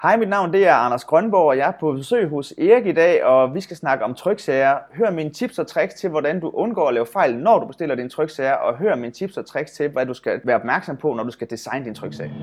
Hej, mit navn det er Anders Grønborg, og jeg er på besøg hos Erik i dag, og vi skal snakke om tryksager. Hør mine tips og tricks til, hvordan du undgår at lave fejl, når du bestiller din tryksager, og hør mine tips og tricks til, hvad du skal være opmærksom på, når du skal designe din tryksag.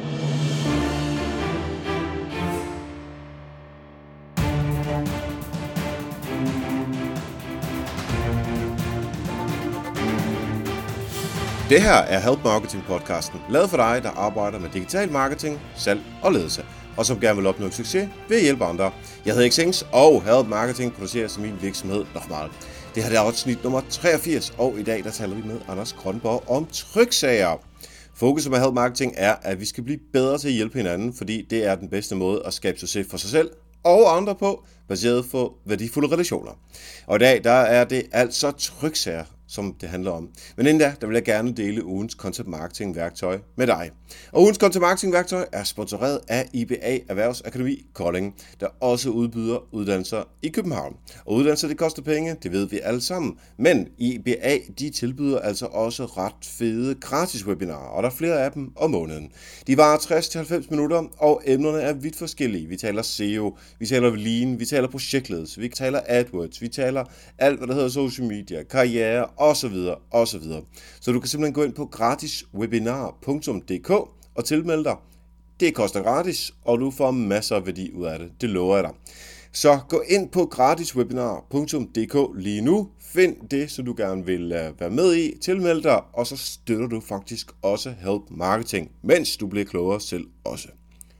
Det her er Help Marketing podcasten, lavet for dig, der arbejder med digital marketing, salg og ledelse, og som gerne vil opnå succes ved at hjælpe andre. Jeg hedder Xings, og Help Marketing producerer som min virksomhed Normal. Det her er afsnit nummer 83, og i dag der taler vi med Anders Grønborg om tryksager. Fokuset med Help Marketing er, at vi skal blive bedre til at hjælpe hinanden, fordi det er den bedste måde at skabe succes for sig selv og andre på, baseret på værdifulde relationer. Og i dag der er det altså tryksager, som det handler om. Men inden da, der vil jeg gerne dele ugens content marketing værktøj med dig. Og ugens content marketing værktøj er sponsoreret af IBA Erhvervsakademi Kolding, der også udbyder uddannelser i København. Og uddannelser, det koster penge, det ved vi alle sammen. Men IBA, de tilbyder altså også ret fede gratis webinarer, og der er flere af dem om måneden. De varer 60-90 minutter, og emnerne er vidt forskellige. Vi taler SEO, vi taler lean, vi taler projektledelse, vi taler AdWords, vi taler alt, hvad der hedder social media, karriere, osv. osv. Så du kan simpelthen gå ind på gratiswebinar.dk og tilmelde dig. Det koster gratis, og du får masser af værdi ud af det. Det lover jeg dig. Så gå ind på gratiswebinar.dk lige nu. Find det, som du gerne vil være med i. Tilmeld dig, og så støtter du faktisk også Help Marketing, mens du bliver klogere selv også.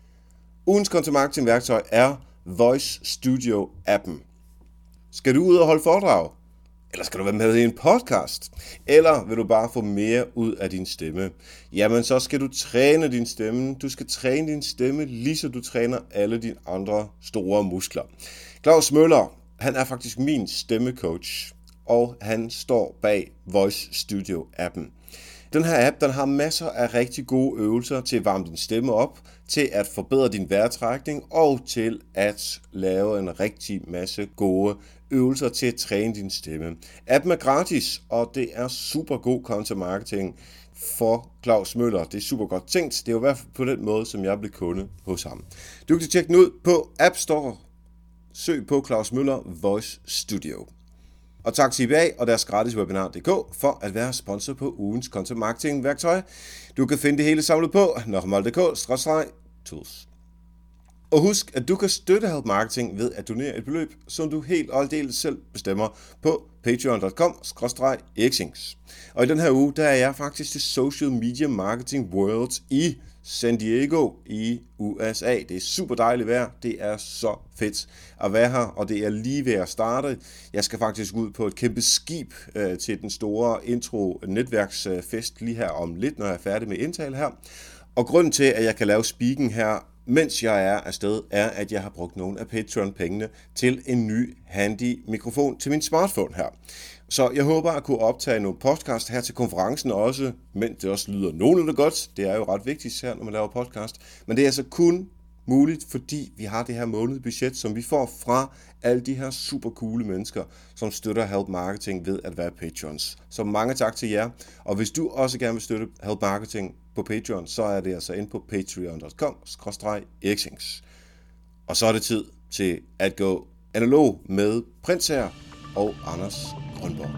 Ugens content marketing værktøj er Voice Studio appen. Skal du ud og holde foredrag? Eller skal du være med i en podcast? Eller vil du bare få mere ud af din stemme? Jamen, så skal du træne din stemme. Du skal træne din stemme, ligesom du træner alle dine andre store muskler. Claus Møller, han er faktisk min stemmecoach, og han står bag Voice Studio-appen. Den her app, den har masser af rigtig gode øvelser til at varme din stemme op, til at forbedre din vejrtrækning og til at lave en rigtig masse gode øvelser til at træne din stemme. Appen er gratis, og det er super god content marketing for Claus Møller. Det er super godt tænkt. Det er jo i hvert fald på den måde, som jeg blev kunde hos ham. Du kan tjekke den ud på App Store. Søg på Claus Møller Voice Studio. Og tak til IBA og deres gratis webinar.dk for at være sponsor på ugens content marketing værktøj. Du kan finde det hele samlet på normal.dk/tools. Og husk, at du kan støtte Help Marketing ved at donere et beløb, som du helt og aldeles selv bestemmer på patreon.com/xings. Og i den her uge, der er jeg faktisk til Social Media Marketing World i San Diego i USA. Det er super dejligt vejr. Det er så fedt at være her, og det er lige ved at starte. Jeg skal faktisk ud på et kæmpe skib til den store intro-netværksfest lige her om lidt, når jeg er færdig med indtale her. Og grunden til, at jeg kan lave speaking her, mens jeg er afsted, er, at jeg har brugt nogle af Patreon-pengene til en ny handy mikrofon til min smartphone her. Så jeg håber at kunne optage nogle podcast her til konferencen også, men det også lyder nogenlunde godt. Det er jo ret vigtigt her, når man laver podcast. Men det er altså kun muligt, fordi vi har det her månedbudget, som vi får fra alle de her super coole mennesker, som støtter Help Marketing ved at være patrons. Så mange tak til jer. Og hvis du også gerne vil støtte Help Marketing på Patreon, så er det altså ind på patreon.com/xings. Og så er det tid til at gå analog med Prins her og Anders Grønborg.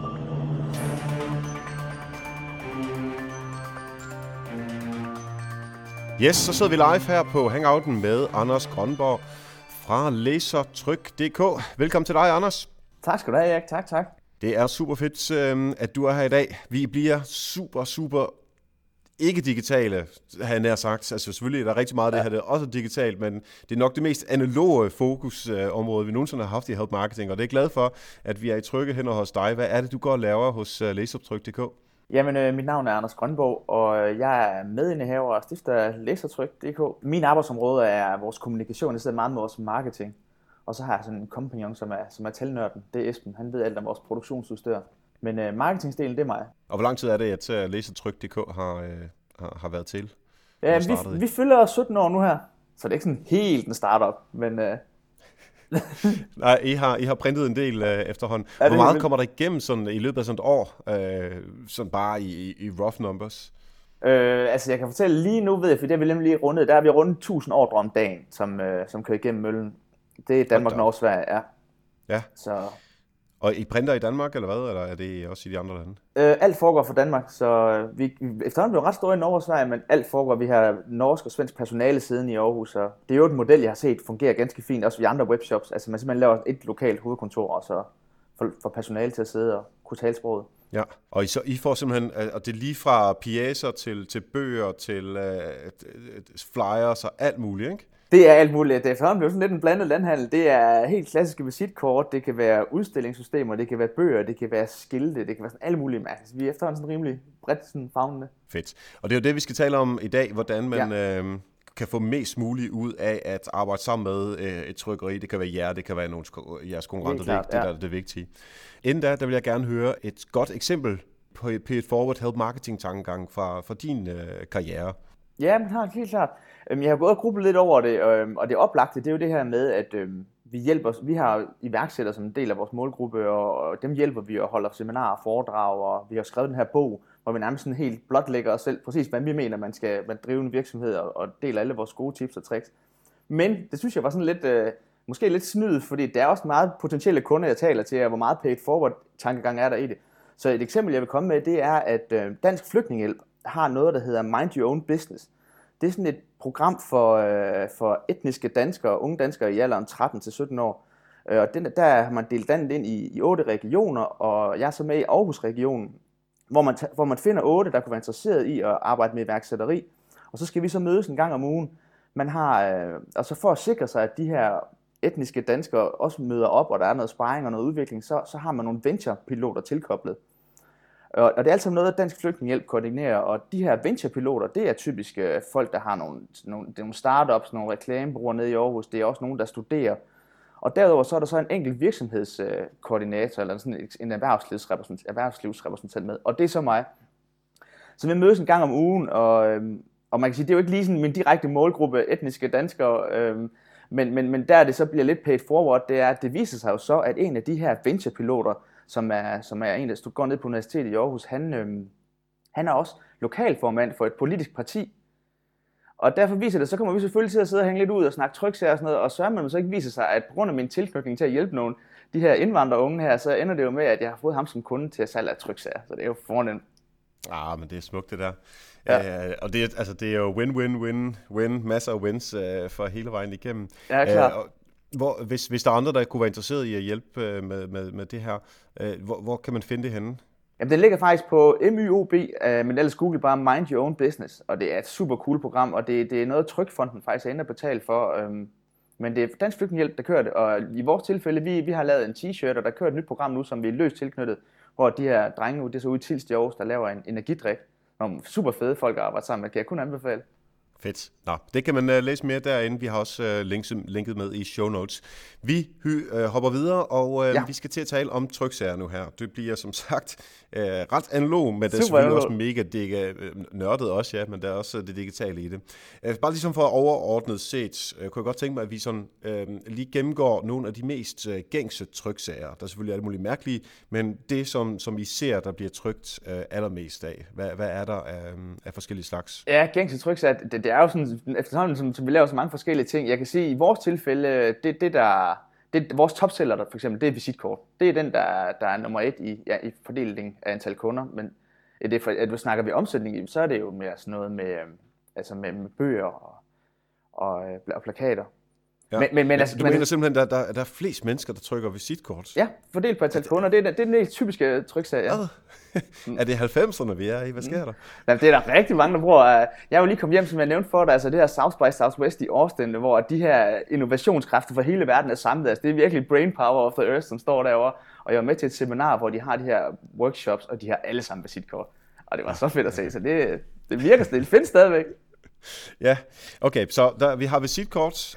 Yes, så sidder vi live her på Hangouten med Anders Grønborg fra Lasertryk.dk. Velkommen til dig, Anders. Tak skal du have, Erik. Tak. Det er super fedt, at du er her i dag. Vi bliver super ikke digitale, har jeg nær sagt. Altså selvfølgelig er der rigtig meget af det her, det er også digitalt, men det er nok det mest analoge fokusområde, vi nogensinde har haft i Help Marketing, og det er glad for, at vi er i trygge hænder hos dig. Hvad er det, du går og laver hos Lasertryk.dk? Jamen, mit navn er Anders Grønborg, og jeg er medindehaver og stifter af Lasertryk.dk. Min arbejdsområde er vores kommunikation, det sidder meget med vores marketing. Og så har jeg sådan en kompagnon, som er talnørden. Det er Esben, han ved alt om vores produktionsudstyr. Men marketingdelen, det er mig. Og hvor lang tid er det, at Lasertryk.dk har været til? Ja, vi fylder 17 år nu her, så det er ikke sådan helt en startup, men... Nej, I har printet en del efterhånden. Hvor meget kommer der igennem sådan, i løbet af sådan et år, sådan bare i rough numbers? Altså jeg kan fortælle lige nu, ved jeg, for det har vi nemlig lige rundet, der har vi rundet 1000 ordre om dagen, som kører igennem møllen. Det er Danmark, Norge, Sverige, ja. Ja. Så... Og I printer i Danmark, eller hvad? Eller er det også i de andre lande? Alt foregår fra Danmark, så vi efterhånden blev ret store i Norge og Sverige, men alt foregår. Vi har norsk og svensk personale siden i Aarhus, og det er jo et model, jeg har set fungerer ganske fint, også ved andre webshops. Altså man simpelthen laver et lokalt hovedkontor, og så får personale til at sidde og kunne tale sproget. Ja, og I får simpelthen, og det er lige fra pjæser til bøger, til flyers og alt muligt, ikke? Det er alt muligt. Det er efterhånden blevet sådan lidt en blandet landhandel. Det er helt klassiske visitkort, det kan være udstillingssystemer, det kan være bøger, det kan være skilte, det kan være sådan alle mulige mærker. Vi er efterhånden sådan rimelig bredt sådan favnende. Fedt. Og det er jo det, vi skal tale om i dag, hvordan man kan få mest muligt ud af at arbejde sammen med et trykkeri. Det kan være jer, det kan være jeres konkurrenter, det er det, der er det vigtige. Inden da vil jeg gerne høre et godt eksempel på et forward help marketing tankegang fra din karriere. Ja, men helt klart. Jeg har gået og grublet lidt over det, og det oplagte, det er jo det her med, at vi har iværksættere som en del af vores målgruppe, og dem hjælper vi og holder seminarer og foredrag, og vi har skrevet den her bog, hvor vi nærmest sådan helt blotlægger os selv, præcis hvad vi mener, man skal drive en virksomhed, og deler alle vores gode tips og tricks. Men det synes jeg var sådan lidt, måske lidt snydt, fordi der er også meget potentielle kunder, jeg taler til, og hvor meget paid forward tankegang er der i det. Så et eksempel, jeg vil komme med, det er, at Dansk Flygtningehjælp har noget, der hedder Mind Your Own Business. Det er sådan et program for etniske danskere, unge danskere i alderen 13-17 år. Og der har man delt landet ind i 8 regioner, og jeg er så med i Aarhus-regionen, hvor man finder 8, der kunne være interesseret i at arbejde med iværksætteri. Og så skal vi så mødes en gang om ugen. Man har, og så for at sikre sig, at de her etniske danskere også møder op, og der er noget sparring og noget udvikling, så har man nogle venture-piloter tilkoblet. Og det er altså noget, Dansk Flygtningehjælp koordinerer, og de her venture-piloter, det er typisk folk, der har nogle startups, nogle reklamebureauer nede i Aarhus, det er også nogen, der studerer. Og derudover så er der så en enkelt virksomhedskoordinator, eller sådan en erhvervslivsrepræsentant med, og det er så mig. Så vi mødes en gang om ugen, og man kan sige, det er jo ikke lige sådan min direkte målgruppe, etniske danskere, men der det så bliver lidt paid forward, det er, at det viser sig jo så, at en af de her venture-piloter, som er en, der går ned på universitetet i Aarhus, han er også lokalformand for et politisk parti. Og derfor viser det, så kommer vi selvfølgelig til at sidde og hænge lidt ud og snakke tryksager og sådan noget, og så man så ikke viser sig, at på grund af min tilknytning til at hjælpe nogle de her indvandrerunge her, så ender det jo med, at jeg har fået ham som kunde til at salge af tryksager. Så det er jo fornemt. Men det er smukt det der. Ja. Og det er jo win, masser af wins for hele vejen igennem. Ja, klart. Hvis der er andre, der kunne være interesseret i at hjælpe med det her, hvor kan man finde det henne? Jamen, det ligger faktisk på MYOB, men ellers google bare Mind Your Own Business, og det er et super cool program, og det er noget, Trykfonden faktisk er inde at betale for, men det er Dansk Flygtningehjælp, der kører det, og i vores tilfælde, vi har lavet en t-shirt, og der kører et nyt program nu, som vi er løst tilknyttet, hvor de her drenge, det er så ude i Tilst i Aarhus, der laver en energidrik, nogle super fede folk at arbejde sammen med, kan jeg kun anbefale. Fedt. Nå, det kan man læse mere derinde. Vi har også linket med i show notes. Vi hopper videre, og vi skal til at tale om tryksager nu her. Det bliver som sagt ret analog, men det er selvfølgelig også mega nørdet også, ja, men der er også det digitale i det. Bare ligesom for overordnet set, kunne jeg godt tænke mig, at vi sådan lige gennemgår nogle af de mest gængse tryksager. Der er selvfølgelig alle mulige mærkelige, men det som I ser, der bliver trykt allermest af. Hvad er der af forskellige slags? Ja, gængse tryksager, det er jo sådan, efterhånden, som vi laver så mange forskellige ting. Jeg kan sige, i vores tilfælde, vores topseller, der for eksempel, det er visitkort. Det er den, der er nummer 1 i fordelingen af antal kunder. Men at snakker vi omsætning, så er det jo mere sådan noget med bøger og plakater. Ja. Men altså, du mener simpelthen, der er flest mennesker, der trykker visitkort? Ja, fordelt på antal kunder. Det er den mest typiske tryksag. Ja. Er det 90'erne, vi er i? Hvad sker der? Ja, det er der rigtig mange, der bruger. Jeg er jo lige kommet hjem, som jeg nævnte for dig, altså det her South by Southwest i Austin, hvor de her innovationskræfter fra hele verden er samlet. Altså det er virkelig brain power of the earth, som står derovre. Og jeg var med til et seminar, hvor de har de her workshops, og de har alle sammen visitkort. Og det var så fedt at se, så det virker sådan, det findes stadigvæk. Ja, okay, så vi har visitkort.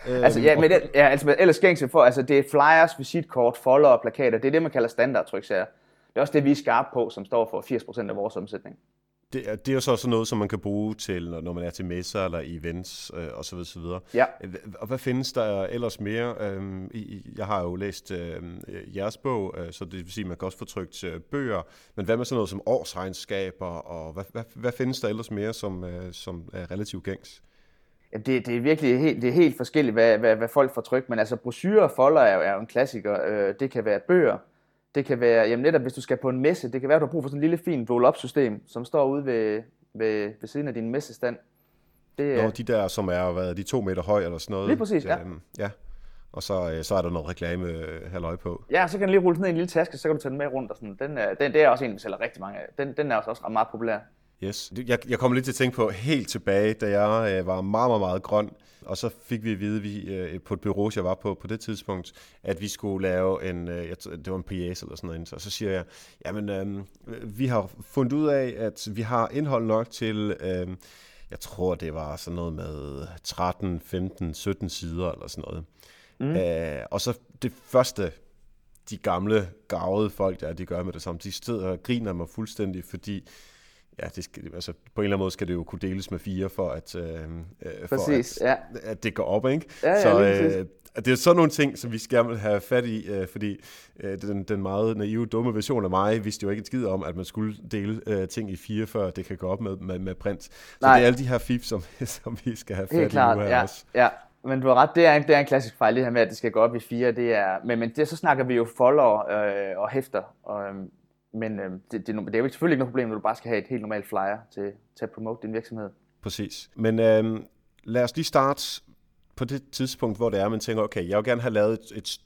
Ellers gængse for, altså det er flyers, visitkort, folder og plakater, det er det, man kalder standardtryksager. Det er også det, vi er skarpe på, som står for 80% af vores omsætning. det er jo så sådan noget, som man kan bruge til, når man er til messer eller events og så videre. Ja. Og hvad findes der ellers mere? Jeg har jo læst jeres bog, så det vil sige, at man kan også få trykt bøger. Men hvad med sådan noget som årsregnskaber, og hvad findes der ellers mere, som er relativt gængs? Jamen, det er virkelig helt forskelligt, hvad folk får trykt, men altså brochurer og folder er jo en klassiker. Det kan være bøger. Det kan være, jamen netop hvis du skal på en messe, det kan være, at du har brug for sådan en lille fin roll-up-system, som står ude ved siden af din messestand. De der, som er de 2 meter høj eller sådan noget. Lige præcis, ja. Ja. Og så er der noget reklame halløj på. Ja, så kan den lige rulle ned i en lille taske, så kan du tage den med rundt. Og sådan. Det er også en, vi sælger rigtig mange af. Den er også meget populær. Yes. Jeg kommer lidt til at tænke på helt tilbage, da jeg var meget, meget, meget grøn, og så fik vi at vide, på et bureau, jeg var på det tidspunkt, at vi skulle lave det var en pjæse eller sådan noget, og så siger jeg, jamen, vi har fundet ud af, at vi har indhold nok til, jeg tror, det var sådan noget med 13, 15, 17 sider eller sådan noget. Og så det første, de gamle, garvede folk, de gør med det samme, de sidder og griner mig fuldstændig, fordi ja, altså, på en eller anden måde skal det jo kunne deles med 4, for at det går op, ikke? Ja, så det er sådan nogle ting, som vi gerne vil have fat i, fordi den meget naive, dumme version af mig vidste jo ikke et skid om, at man skulle dele ting i 4, før det kan gå op med print. Så Nej. det er alle de her fif, som vi skal have fat helt i klart, nu her ja, også. Ja. Men du har ret, det er en klassisk fejl, det her med, at det skal gå op i 4. Men så snakker vi jo folder og hæfter, men det er jo selvfølgelig ikke noget problem, når du bare skal have et helt normalt flyer til at promote din virksomhed. Præcis. Men lad os lige starte på det tidspunkt, hvor det er, man tænker, okay, jeg vil gerne have lavet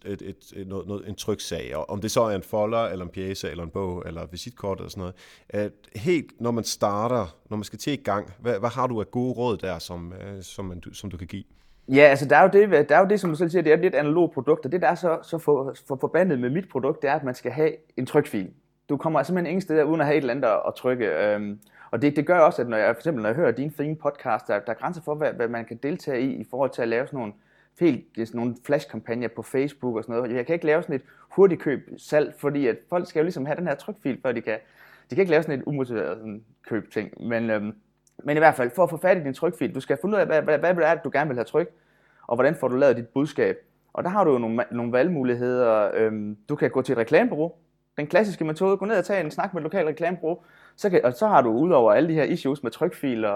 en tryksag, og om det så er en folder, eller en pjæse, eller en bog, eller et visitkort, eller sådan noget. Helt når man starter, når man skal til i gang, hvad har du af gode råd der, som du kan give? Ja, altså der er jo det, som du selv siger, det er lidt analoge produkter. Det, der er så for forbandet med mit produkt, det er, at man skal have en trykfil. Du kommer simpelthen ingen steder uden at have et eller andet at trykke. Og det gør også, at når jeg hører dine fine podcast, der er grænser for, hvad man kan deltage i forhold til at lave sådan nogle flash-kampagner på Facebook og sådan noget. Jeg kan ikke lave sådan et hurtigt køb salg, fordi at folk skal jo ligesom have den her trykfil, før de kan ikke lave sådan et umotiveret sådan køb-ting. Men i hvert fald, for at få fat i din trykfil, du skal finde ud af, hvad er det, du gerne vil have trykt, og hvordan får du lavet dit budskab. Og der har du jo nogle valgmuligheder. Du kan gå til et reklamebureau. Den klassiske metode, gå ned og tage en snak med et lokalt reklamebureau, og så har du udover alle de her issues med trykfiler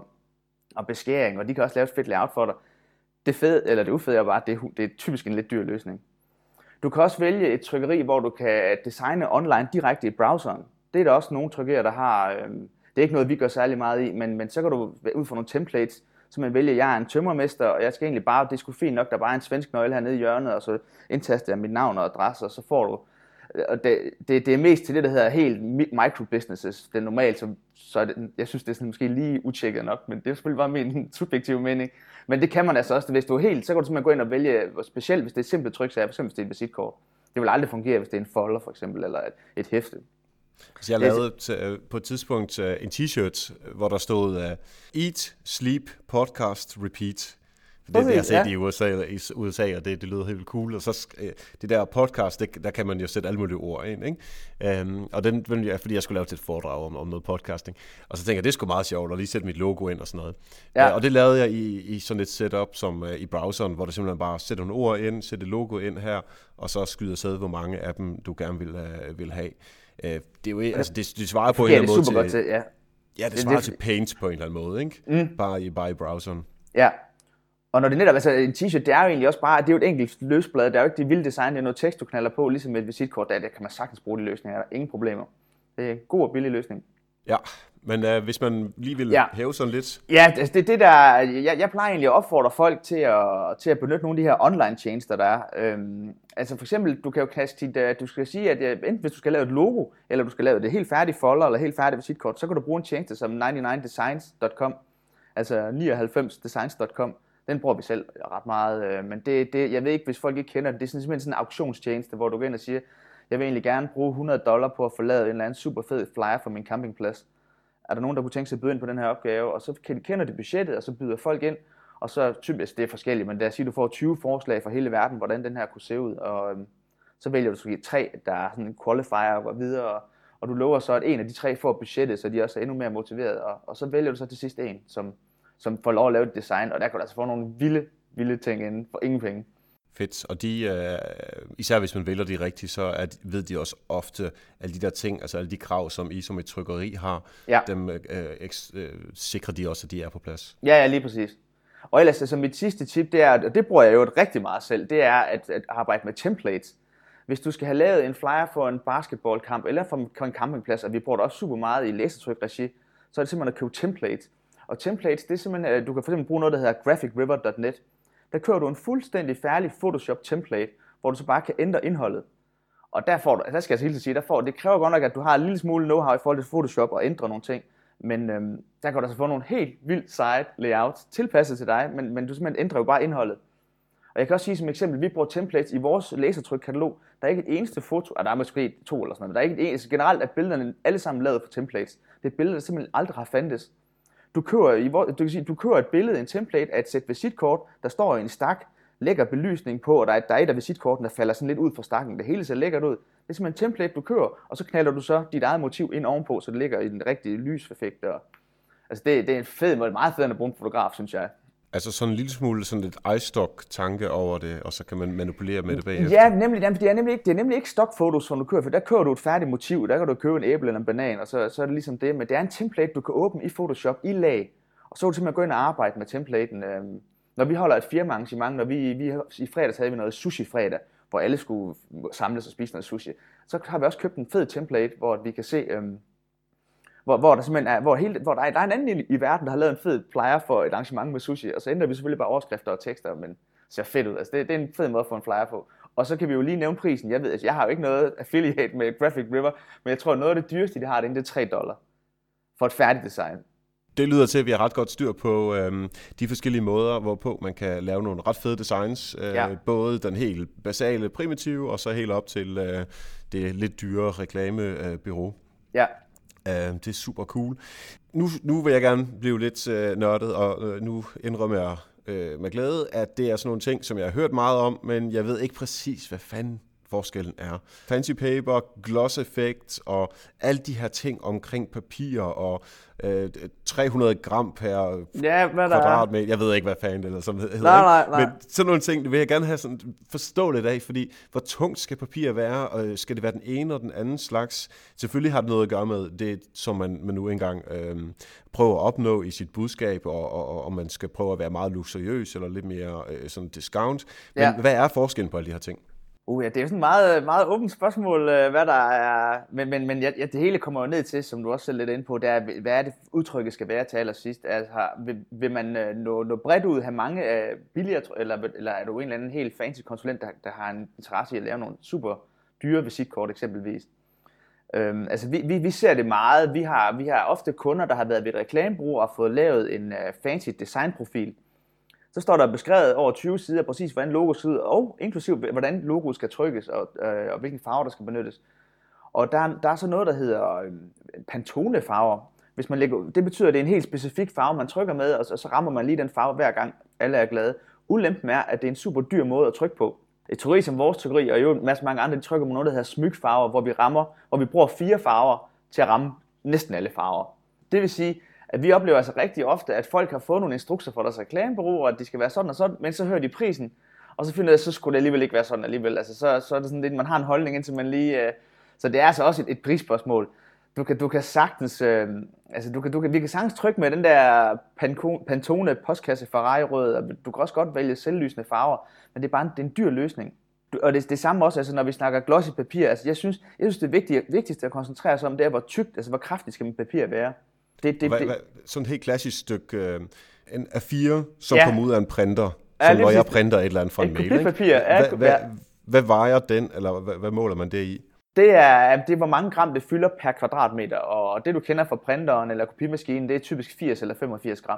og beskæring, og de kan også lave et fedt layout for dig. Det ufede er bare, at det er typisk en lidt dyr løsning. Du kan også vælge et trykkeri, hvor du kan designe online direkte i browseren. Det er der også nogle trykkerier, der har. Det er ikke noget, vi gør særlig meget i, men så kan du ud fra nogle templates, så man vælger, jeg er en tømrermester, og jeg skal egentlig bare, det er sgu fint nok, der er bare en svensk nøgle hernede i hjørnet, og så indtaster jeg mit navn og adresse, og så får du. Og det er mest til det, der hedder helt micro-businesses. Det er normalt, jeg synes, det er sådan måske lige utjekket nok, men det er selvfølgelig bare min subjektive mening. Men det kan man altså også, hvis du er helt, så kan du simpelthen gå ind og vælge, specielt hvis det er simple tryksager, f.eks. hvis det er et visitkort. Det vil aldrig fungere, hvis det er en folder for eksempel, eller et hæfte. Så jeg lavede på et tidspunkt en t-shirt, hvor der stod Eat, Sleep, Podcast, Repeat. Det jeg har set i USA, og det lyder helt cool. Og så det der podcast, der kan man jo sætte alle mulige ord ind, ikke? Og den, fordi jeg skulle lave til et foredrag om noget podcasting. Og så tænkte jeg, det er sgu meget sjovt at lige sætte mit logo ind og sådan noget. Ja. Og det lavede jeg i sådan et setup som i browseren, hvor du simpelthen bare sætter nogle ord ind, sætter logo ind her, og så skyder afsted, hvor mange af dem du gerne vil have. Det er jo altså det svarer på en eller anden måde til, ja, det svarer til Paint på en eller anden måde, ikke? Bare i browseren. Ja. Og når det netop, altså en t-shirt, det er jo egentlig også bare, det er jo et enkelt løsblad, det er jo ikke det vilde design, det er noget tekst, du knaller på, ligesom med et visitkort, der kan man sagtens bruge de løsninger, der er ingen problemer. Det er en god og billig løsning. Ja, men hvis man lige vil hæve sådan lidt. Ja, altså det der, jeg plejer egentlig at opfordre folk til at benytte nogle af de her online tjenester, der er. Altså for eksempel, du kan jo kaste du skal sige, at enten hvis du skal lave et logo, eller du skal lave det helt færdige folder, eller helt færdigt visitkort, så kan du bruge en tjeneste som 99designs.com, altså 99designs.com. Den bruger vi selv ret meget, men jeg ved ikke, hvis folk ikke kender det, det er simpelthen sådan en auktionstjeneste, hvor du går ind og siger, jeg vil egentlig gerne bruge $100 på at få lavet en eller anden super fed flyer for min campingplads. Er der nogen, der kunne tænke sig at byde ind på den her opgave? Og så kender de budgettet, og så byder folk ind, og så typisk, det er forskelligt, men lad os sige, du får 20 forslag fra hele verden, hvordan den her kunne se ud, og så vælger du så 3, der er sådan en qualifier og går videre, og du lover så, at en af de 3 får budgettet, så de også er endnu mere motiveret, og så vælger du så til sidst en, som får lov at lave et design, og der kan du altså få nogle vilde ting inden for ingen penge. Fedt, og især hvis man vælger de rigtigt, så ved de også ofte alle de der ting, altså alle de krav, som I som et trykkeri har, dem sikrer de også, at de er på plads. Ja, lige præcis. Og ellers, altså mit sidste tip, det er, og det bruger jeg jo rigtig meget selv, det er at arbejde med templates. Hvis du skal have lavet en flyer for en basketballkamp, eller for en campingplads, og vi bruger det også super meget i lasertryk-regi, så er det simpelthen at købe templates. Og templates, det er simpelthen, du kan for eksempel bruge noget, der hedder graphicriver.net. Der kører du en fuldstændig færdig Photoshop template, hvor du så bare kan ændre indholdet. Og der skal jeg altså helt sige, det kræver godt nok, at du har en lille smule know-how i forhold til Photoshop og ændre nogle ting. Men der kan du altså få nogle helt vildt seje layouts tilpasset til dig, men du simpelthen ændrer jo bare indholdet. Og jeg kan også sige som eksempel, vi bruger templates i vores lasertryk-katalog. Der er ikke et eneste foto, der er måske 2 eller sådan noget, men der er ikke et eneste. Generelt er billederne alle sammen lavet på templates. Det er billeder, der simpelthen aldrig har fandtes. Du køber et billede, en template af et sæt visitkort, der står i en stak, lægger belysning på, og der er et af visitkortene, der falder sådan lidt ud fra stakken. Det hele ser lækkert ud. Det er simpelthen en template, du køber, og så knalder du så dit eget motiv ind ovenpå, så det ligger i den rigtige lyseffekt. Altså det er en fed måde, meget federe at bruge en fotograf, synes jeg. Altså sådan en lille smule sådan lidt iStock-tanke over det, og så kan man manipulere med det bagefter. Ja, nemlig. Det er nemlig ikke stockfotos, som du kører, for der kører du et færdigt motiv, der kan du købe en æble eller en banan, og så er det ligesom det. Men det er en template, du kan åbne i Photoshop i lag, og så er du simpelthen gå ind og arbejde med templaten. Når vi holder et firmaarrangement, når vi i fredags havde vi noget sushi-fredag, hvor alle skulle samles og spise noget sushi, så har vi også købt en fed template, hvor vi kan se... Hvor der simpelthen er, hvor der er en anden i verden, der har lavet en fed flyer for et arrangement med sushi, og så ændrer vi selvfølgelig bare overskrifter og tekster, men ser fedt ud. Altså det er en fed måde at få en flyer på. Og så kan vi jo lige nævne prisen. Jeg ved, altså jeg har jo ikke noget affiliate med Graphic River, men jeg tror, noget af det dyreste, de har det er $3 for et færdigt design. Det lyder til, at vi har ret godt styr på de forskellige måder, hvorpå man kan lave nogle ret fede designs. Både den helt basale, primitive, og så helt op til det lidt dyre reklamebureau. Ja. Det er super cool. Nu vil jeg gerne blive lidt nørdet, og nu indrømmer jeg med glæde, at det er sådan nogle ting, som jeg har hørt meget om, men jeg ved ikke præcis, hvad fanden forskellen er. Fancy paper, gloss effect og alle de her ting omkring papir og 300 gram per kvadratmeter. Jeg ved ikke, hvad fanden det hedder. Nej. Men sådan nogle ting, det vil jeg gerne have sådan forstå lidt af, fordi hvor tungt skal papir være, og skal det være den ene og den anden slags? Selvfølgelig har det noget at gøre med det, som man nu engang prøver at opnå i sit budskab, og man skal prøve at være meget luksuriøs eller lidt mere sådan discount. Men hvad er forskellen på alle de her ting? Ja, det er jo sådan et meget, meget åbent spørgsmål, hvad der er, men det hele kommer jo ned til, som du også selv lidt inde på, det er, hvad er det udtrykket skal være til allersidst? Altså, vil man nå bredt ud, have mange billigere, eller er du en eller anden helt fancy konsulent, der har en interesse i at lave nogle super dyre visitkort eksempelvis? Altså, vi ser det meget. Vi har ofte kunder, der har været ved et reklamebureau og fået lavet en fancy designprofil. Så står der beskrevet over 20 sider præcis, hvordan logoet ser ud, og inklusiv hvordan logoet skal trykkes, og hvilken farve der skal benyttes. Og der er så noget, der hedder Pantone-farver. Det betyder, at det er en helt specifik farve, man trykker med, og så rammer man lige den farve hver gang alle er glade. Ulempen er, at det er en super dyr måde at trykke på. Et trykkeri som vores trykkeri, og jo en masse mange andre, de trykker med noget, der hedder smygfarver, hvor vi bruger 4 farver til at ramme næsten alle farver. Det vil sige, at vi oplever altså rigtig ofte, at folk har fået nogle instrukser fra deres reklamebureau, og at de skal være sådan og sådan, men så hører de prisen, og så finder de, at så skulle det alligevel ikke være sådan alligevel. Altså så er det sådan lidt, man har en holdning, indtil man lige... Så det er altså også et prisspørgsmål. Du kan sagtens... vi kan sagtens trykke med den der Pantone postkasse Ferrari rød, og du kan også godt vælge selvlysende farver, men det er en dyr løsning. Og det samme også, altså når vi snakker glossy papir, altså jeg synes det vigtigste at koncentrere sig om, det er, hvor tykt, altså hvor kraftigt skal mit papir være. Sådan et helt klassisk stykke en A4, som kommer ud af en printer, som når jeg printer et eller andet fra en mail. Hvad vejer den, eller hvad måler man det i? Det er, hvor mange gram det fylder per kvadratmeter, og det du kender fra printeren eller kopimaskinen, det er typisk 80 eller 85 gram.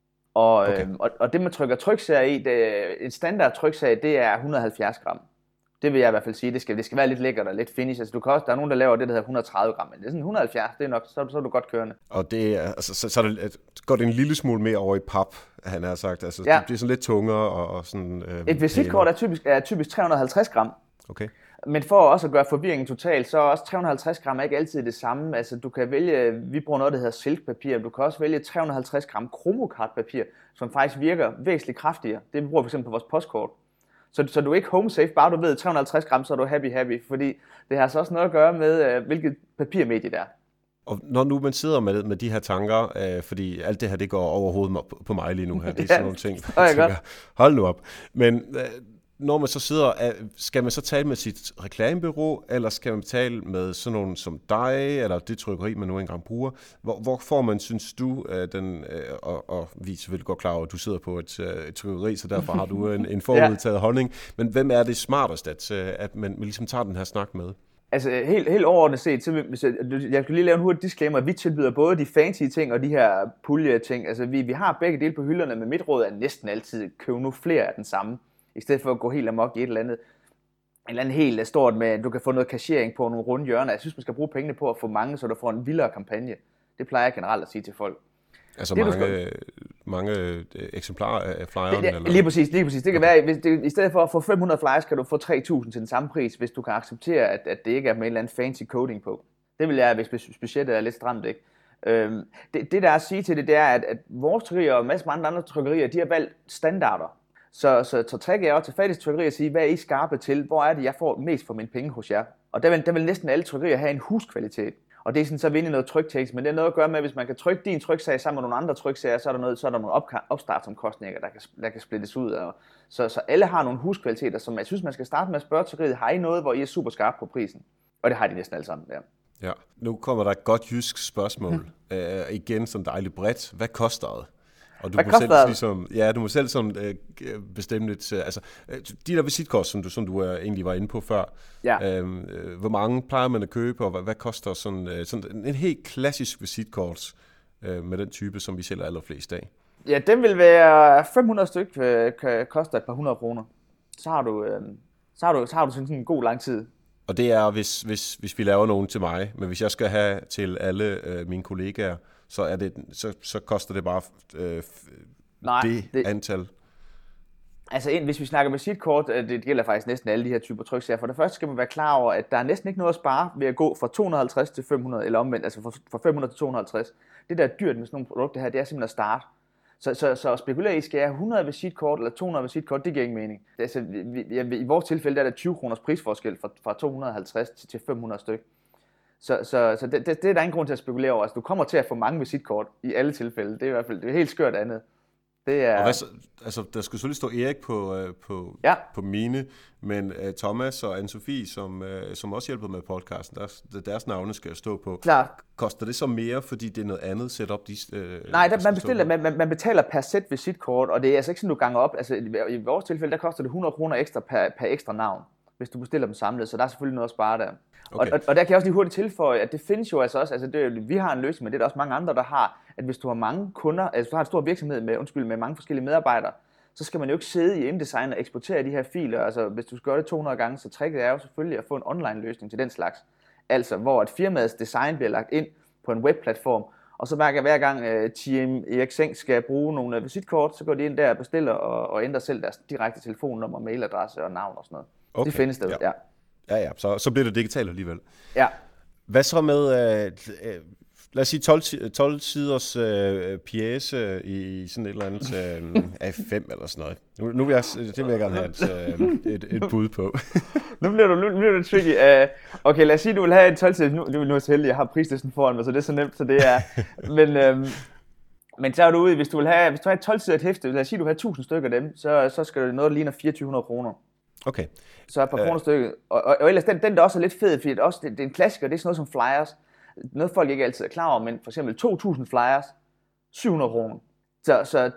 Og det man trykker tryksager i, en standard tryksager, det er 170 gram. Det vil jeg i hvert fald sige, det skal være lidt lækkert og lidt finish. Altså, der er nogen, der laver det, der hedder 130 gram, men det er sådan 170, det er nok, så er du godt kørende. Og det er, altså, så går det en lille smule mere over i pap, han har sagt. Altså, det bliver sådan lidt tungere og sådan... Et visitkort er typisk 350 gram. Okay. Men for også at gøre forvirringen total, så er også 350 gram ikke altid det samme. Altså du kan vælge, vi bruger noget, der hedder silkpapir, du kan også vælge 350 gram kromokardpapir, som faktisk virker væsentligt kraftigere. Det vi bruger for eksempel på vores postkort. Så du er ikke home safe, bare du ved 350 gram, så er du happy, fordi det har så også noget at gøre med, hvilket papirmedie det er. Og når nu man sidder med de her tanker, fordi alt det her, det går overhovedet på mig lige nu her, det er sådan nogle ting, jeg tænker, hold nu op. Men når man så sidder, skal man så tale med sit reklamebureau, eller skal man tale med sådan nogen som dig, eller det trykkeri, man nu engang bruger? Hvor får man, synes du, og vi er selvfølgelig godt klar over, at du sidder på et trykkeri, så derfor har du en forudtaget holdning, men hvem er det smartest, at man ligesom tager den her snak med? Altså helt overordnet set, så jeg skal lige lave en hurtig disclaimer, at vi tilbyder både de fancy ting og de her pulje-ting. Altså vi har begge dele på hylderne, men mit råd er næsten altid købe nu flere af den samme, i stedet for at gå helt amok i et eller andet helt stort med, at du kan få noget cachering på nogle runde hjørner. Jeg synes, man skal bruge pengene på at få mange, så du får en vildere kampagne. Det plejer jeg generelt at sige til folk. Altså mange eksemplarer af flyeren? Eller? Lige præcis. Det kan være, i stedet for at få 500 flyers, kan du få 3.000 til den samme pris, hvis du kan acceptere, at det ikke er med en eller anden fancy coding på. Det vil jeg, hvis budgettet er lidt stramt, ikke? Det der er at sige til det, er, at vores trykkerier og en masse andre trykkerier, de har valgt standarder. Så tricket er også til fattigste trykkerier at sige, hvad er I skarpe til? Hvor er det, jeg får mest for mine penge hos jer? Og der vil næsten alle trykkerier have en huskvalitet. Og det er sådan, så vinde noget tryktekst, men det er noget at gøre med, at hvis man kan trykke din tryksag sammen med nogle andre tryksager, så er der nogle opstartsomkostninger, der kan splittes ud. Så alle har nogle huskvaliteter, som jeg synes, man skal starte med at spørge trykkeriet, har I noget, hvor I er super skarpe på prisen? Og det har de næsten alle sammen, ja. Ja, nu kommer der et godt jysk spørgsmål. Igen sådan dejligt bredt. Hvad koster det? Og du må selv bestemme lidt, altså de der visitkort, som du egentlig var inde på før, hvor mange plejer man at købe, og hvad koster sådan en helt klassisk visitkort med den type, som vi sælger allerflest af? Ja, den vil være 500 styk, koster et par 100 kroner. Så har du sådan en god lang tid. Og det er, hvis vi laver nogen til mig, men hvis jeg skal have til alle mine kollegaer, så koster det bare det antal. Altså hvis vi snakker visitkort, det gælder faktisk næsten alle de her typer tryksager. For det første skal man være klar over, at der er næsten ikke noget at spare ved at gå fra 250 til 500, eller omvendt, altså fra 500 til 250. Det der er dyrt med sådan nogle produkter her, det er simpelthen at starte. Så at spekulere i, skal jeg have 100 visitkort eller 200 visitkort, det giver ingen mening. Altså, i vores tilfælde der er der 20 kroners prisforskel fra 250 til 500 styk. Så det er der ingen grund til at spekulere over. Altså, du kommer til at få mange visitkort i alle tilfælde. Det er i hvert fald helt skørt andet. Det er... Altså, der skulle selvfølgelig stå Erik på mine, men Thomas og Anne-Sophie, som også hjælper med podcasten, deres navne skal stå på. Klar. Koster det så mere, fordi det er noget andet setup? Nej, man betaler per sæt visitkort, og det er altså ikke sådan, du ganger op. Altså, i vores tilfælde, der koster det 100 kroner ekstra per ekstra navn, hvis du bestiller dem samlet, så der er selvfølgelig noget at spare der. Okay. Og der kan jeg også lige hurtigt tilføje, at det findes jo altså også, vi har en løsning, men det er der også mange andre, der har, at hvis du har mange kunder, altså du har en stor virksomhed med mange forskellige medarbejdere, så skal man jo ikke sidde i InDesign og eksportere de her filer. Altså hvis du skal gøre det 200 gange, så tricket er jo selvfølgelig at få en online løsning til den slags. Altså hvor et firmaets design bliver lagt ind på en webplatform, og så hver gang Team EXENG skal bruge nogle visitkort, så går de ind der og bestiller og ændrer selv deres direkte telefonnummer, mailadresse og navn og sådan noget. Okay. Det findes der, ja. Ja, så bliver det digitalt alligevel. Ja. Hvad så med, lad os sige 12 siders pjæse i sådan et eller andet A5 eller sådan noget. Nu vil jeg gerne have et bud på. Nu bliver det tricky. Okay, lad os sige, du vil have en 12 siders. Nu er jeg så heldig, jeg har prislisten foran mig, så det er så nemt, så det er... Men så er du ude, hvis du har et 12 siders hæfte, lad os sige, du har 1000 stykker af dem, så skal det noget, der ligner 2400 kroner. Okay. Så et par kroner stykket. Og ellers den der også er lidt fed, fordi det er en klassiker, det er sådan noget som flyers. Noget folk ikke altid er klar over, men for eksempel 2000 flyers, 700 kroner. Så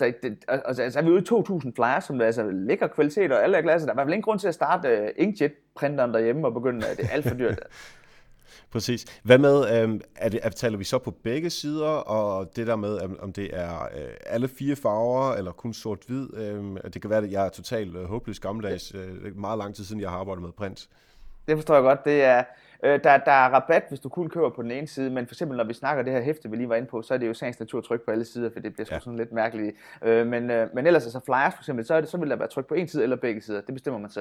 er vi ude i 2000 flyers, som er altså lækker kvalitet og alle er glade. Der er i hvert fald ingen grund til at starte inkjet-printeren derhjemme og begynde, at det er alt for dyrt. Præcis. Hvad med, taler vi så på begge sider, og det der med, om det er alle 4 farver, eller kun sort-hvid? Det kan være, at jeg er totalt håbløs gammeldags. Det er meget lang tid siden, jeg har arbejdet med print. Det forstår jeg godt. Det er, der er rabat, hvis du kun køber på den ene side, men for eksempel, når vi snakker det her hæfte, vi lige var inde på, så er det jo sagens natur tryk på alle sider, for det bliver sgu sådan lidt mærkeligt. Men ellers altså flyers for eksempel, så vil der være tryk på en side eller begge sider. Det bestemmer man selv.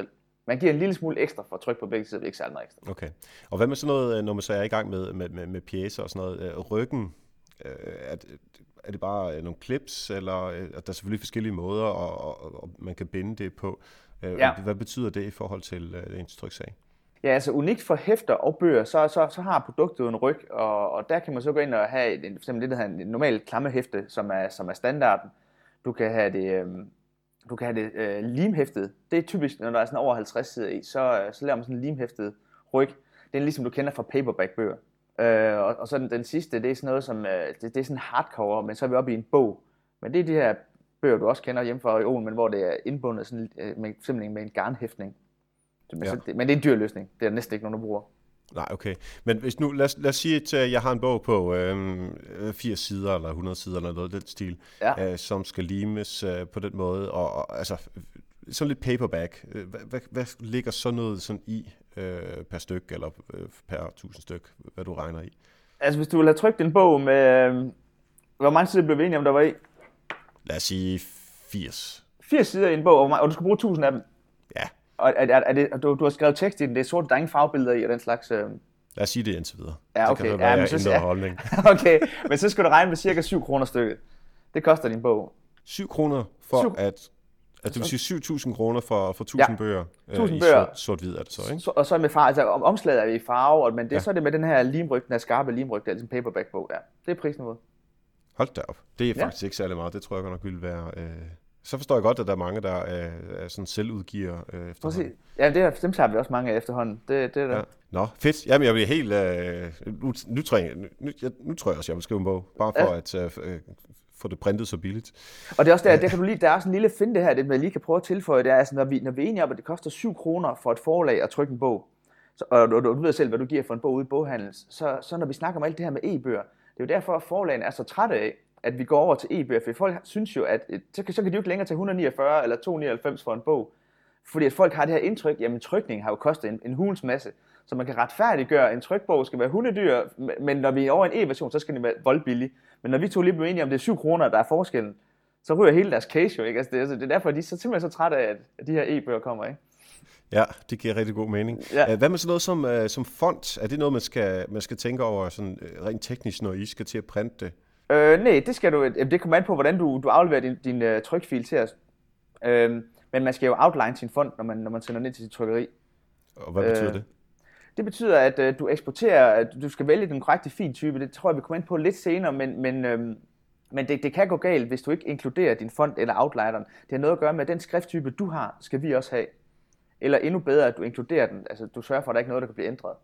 Man giver en lille smule ekstra for at trykke på begge sider, ikke særlig meget ekstra. Okay. Og hvad med sådan noget, når man så er i gang med pjecer og sådan noget, ryggen, er det bare nogle clips, eller der er selvfølgelig forskellige måder, og man kan binde det på. Hvad betyder det i forhold til ens tryksag? Ja, altså unikt for hæfter og bøger, så har produktet en ryg, og der kan man så gå ind og have for eksempel det, der hedder en normal klammehæfte, som er standarden. Du kan have det limhæftet. Det er typisk, når der er sådan over 50 sider i, så laver man sådan en limhæftet ryg. Det er ligesom du kender fra paperback-bøger. Og så den sidste, det er sådan noget som, det er sådan hardcover, men så er vi oppe i en bog. Men det er de her bøger, du også kender hjemme fra Reolen, men hvor det er indbundet sådan, simpelthen med en garnhæftning. Ja. Men det er en dyr løsning. Det er næsten ikke nogen, der bruger. Nej, okay. Men hvis nu, lad os sige, at jeg har en bog på 80 sider eller 100 sider eller noget af den stil, som skal limes på den måde, og altså sådan lidt paperback. Hvad ligger så noget sådan i per styk, eller per 1000 styk, hvad du regner i? Altså hvis du vil have trykt en bog med, hvor mange sider blev vi enige om, der var i? Lad os sige 80. 80 sider i en bog, og du skal bruge 1000 af dem? Ja. Og du har skrevet tekst i den, det er sort, der er ingen farvebilleder i, og den slags... Lad os sige det indtil videre. Ja, okay. Det kan være, ændre holdning. Okay, men så skal du regne med cirka 7 kroner stykket. Det koster din bog. 7 kroner for at det vil sige 7.000 kroner for 1000 bøger. 1000 bøger. Sort-hvid er det så, ikke? Og så med farve, altså omslaget er i farve, men det, så er det med den her limryg, den her skarpe limryg, det er ligesom paperback-bog, ja. Det er prisniveauet. Hold da op. Det er faktisk ikke særlig meget. Det tror jeg godt nok ville være... Så forstår jeg godt, at der er mange, der er sådan selvudgiver efterhånden. Præcis. Ja, dem tager vi også mange af efterhånden. Det er der. Ja. Nå, fedt. Jamen, jeg bliver helt... Nu tror jeg også, jeg vil skrive en bog. Bare for at få det printet så billigt. Og det er også der kan du lige... Der er også en lille finte her, det man lige kan prøve at tilføje. Det er, altså, når vi er enige om, at det koster 7 kroner for et forlag at trykke en bog, og du ved selv, hvad du giver for en bog ude i boghandlen, så når vi snakker om alt det her med e-bøger, det er jo derfor, at forlagene er så trætte af, at vi går over til e-bøger, for folk synes jo, at så kan de jo ikke længere til 149 eller 299 for en bog, fordi at folk har det her indtryk, jamen trykning har jo kostet en hulens masse, så man kan retfærdiggøre, at en trykbog skal være hundedyr, men når vi er over en e-version, så skal den være voldbillig. Men når vi to lige bliver enige om, det er 7 kroner, der er forskellen, så ryger hele deres case jo, ikke? Altså det er derfor, at de er simpelthen så trætte af, at de her e-bøger kommer, ikke? Ja, det giver rigtig god mening. Ja. Hvad med sådan noget som font? Er det noget, man skal tænke over sådan rent teknisk, når I skal til at printe det? Nej, det skal du. Det kommer an på, hvordan du afleverer din trykfil til os. Men man skal jo outline sin font, når man sender den ind til sit trykkeri. Og hvad betyder det? Det betyder, at du eksporterer, at du skal vælge den korrekte filtype. Det tror jeg, vi kommer ind på lidt senere, men det kan gå galt, hvis du ikke inkluderer din font eller outlineren. Det har noget at gøre med, at den skrifttype, du har, skal vi også have. Eller endnu bedre, at du inkluderer den. Altså, du sørger for, at der ikke er noget, der kan blive ændret.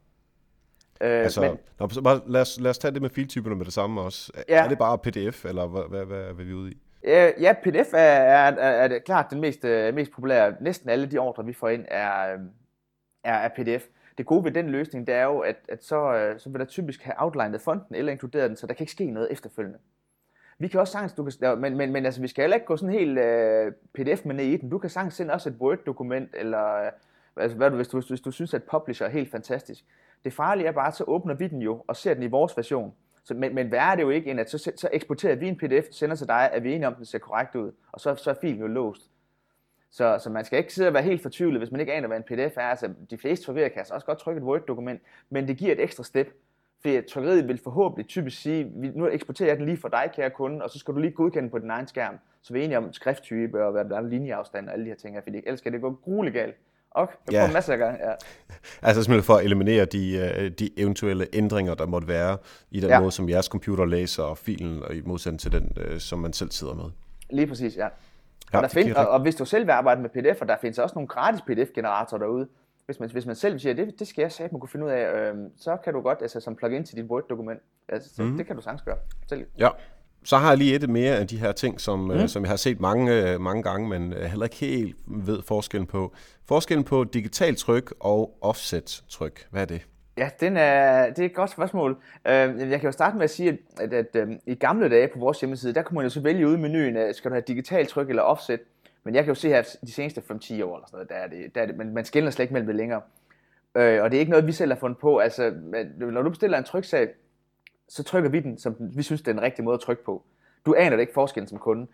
Lad os tage det med filtyperne med det samme også. Ja. Er det bare PDF, eller hvad er vi ude i? Ja, PDF er klart den mest populære. Næsten alle de ordrer, vi får ind, er PDF. Det gode ved den løsning, det er jo, at så vil der typisk have outlinet fonten eller inkluderet den, så der kan ikke ske noget efterfølgende. Vi kan også sagtens, men altså, vi skal heller ikke gå sådan helt PDF med ned i den. Du kan sagtens sende også et Word-dokument, eller hvis du synes, at Publisher er helt fantastisk. Det farlige er bare, at så åbner vi den jo og ser den i vores version. Men værre er det jo ikke, end at så eksporterer vi en PDF, sender til dig, at vi er enige om, den ser korrekt ud, og så er filen jo låst. Så man skal ikke sidde og være helt fortvivlet, hvis man ikke aner, hvad en PDF er. Altså, de fleste trykkerier kan også godt trykke et Word-dokument, men det giver et ekstra step. Fordi trykkeriet vil forhåbentlig typisk sige, nu eksporterer jeg den lige for dig, kære kunde, og så skal du lige godkende på din egen skærm. Så vi er enige om skrifttype og hvad der er linjeafstand og alle de her ting, fordi ellers kan det gå grueligt galt. Og jeg får en masse af gang, ja. Altså simpelthen for at eliminere de eventuelle ændringer, der måtte være i den måde, som jeres computer læser filen, og i modsætning til den, som man selv sidder med. Lige præcis, ja. Og hvis du selv vil arbejde med pdf'er, der findes også nogle gratis pdf-generatorer derude. Hvis man selv siger, det skal jeg satme kunne finde ud af, så kan du godt, altså som plug-in til dit Word-dokument. Altså, det kan du sagtens gøre selv. Ja. Så har jeg lige et mere af de her ting, som jeg har set mange gange, men heller ikke helt ved forskellen på. Forskellen på digital tryk og offset tryk. Hvad er det? Ja, det er et godt spørgsmål. Jeg kan jo starte med at sige, at i gamle dage på vores hjemmeside, der kunne man jo så vælge ude i menuen, skal du have digital tryk eller offset. Men jeg kan jo se her de seneste 5-10 år, eller sådan noget, der er det, men man skelner slet ikke mellem det længere. Og det er ikke noget, vi selv har fundet på. Altså, når du bestiller en tryksag, så trykker vi den, som vi synes, det er den rigtige måde at trykke på. Du aner det ikke forskellen som kunde.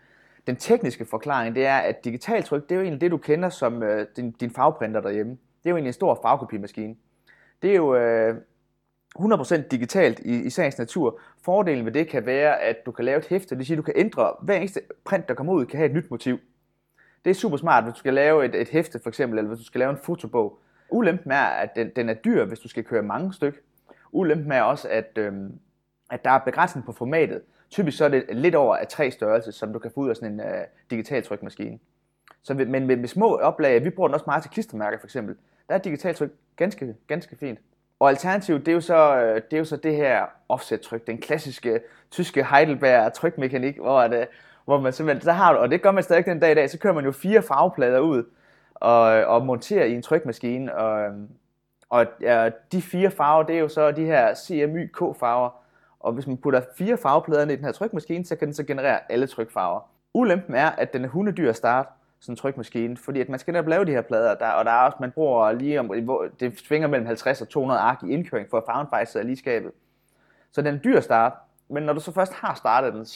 Den tekniske forklaring, det er, at digitaltryk, det er jo egentlig det, du kender som din farveprinter derhjemme. Det er jo egentlig en stor farvekopimaskine. Det er jo 100% digitalt i sagens natur. Fordelen ved det kan være, at du kan lave et hæfte, det vil sige, at du kan ændre, hver eneste print, der kommer ud, kan have et nyt motiv. Det er super smart, hvis du skal lave et hæfte for eksempel, eller hvis du skal lave en fotobog. Ulempen er, at den er dyr, hvis du skal køre mange stykker. Ulempen er også, at der er begrænsning på formatet. Typisk så er det lidt over af 3 størrelser, som du kan få ud af sådan en digital trykmaskine. Men med små oplag, vi bruger den også meget til klistermærker for eksempel, der er digitaltryk ganske fint. Og alternativet, det er jo så det her offset-tryk, den klassiske tyske Heidelberg trykmekanik, hvor man simpelthen, så har du, og det gør man stadig den dag i dag, så kører man jo 4 farveplader ud og monterer i en trykmaskine, og de 4 farver, det er jo så de her CMYK-farver, og hvis man putter 4 farveplader i den her trykmaskine, så kan den så generere alle trykfarver. Ulempen er, at den er hundedyr at starte, sådan en trykmaskine, fordi at man skal netop lave de her plader, og der er også, man bruger lige det svinger mellem 50 og 200 ark i indkøring, for at farven faktisk sidder lige i skabet. Så den er dyr at starte, men når du så først har startet den,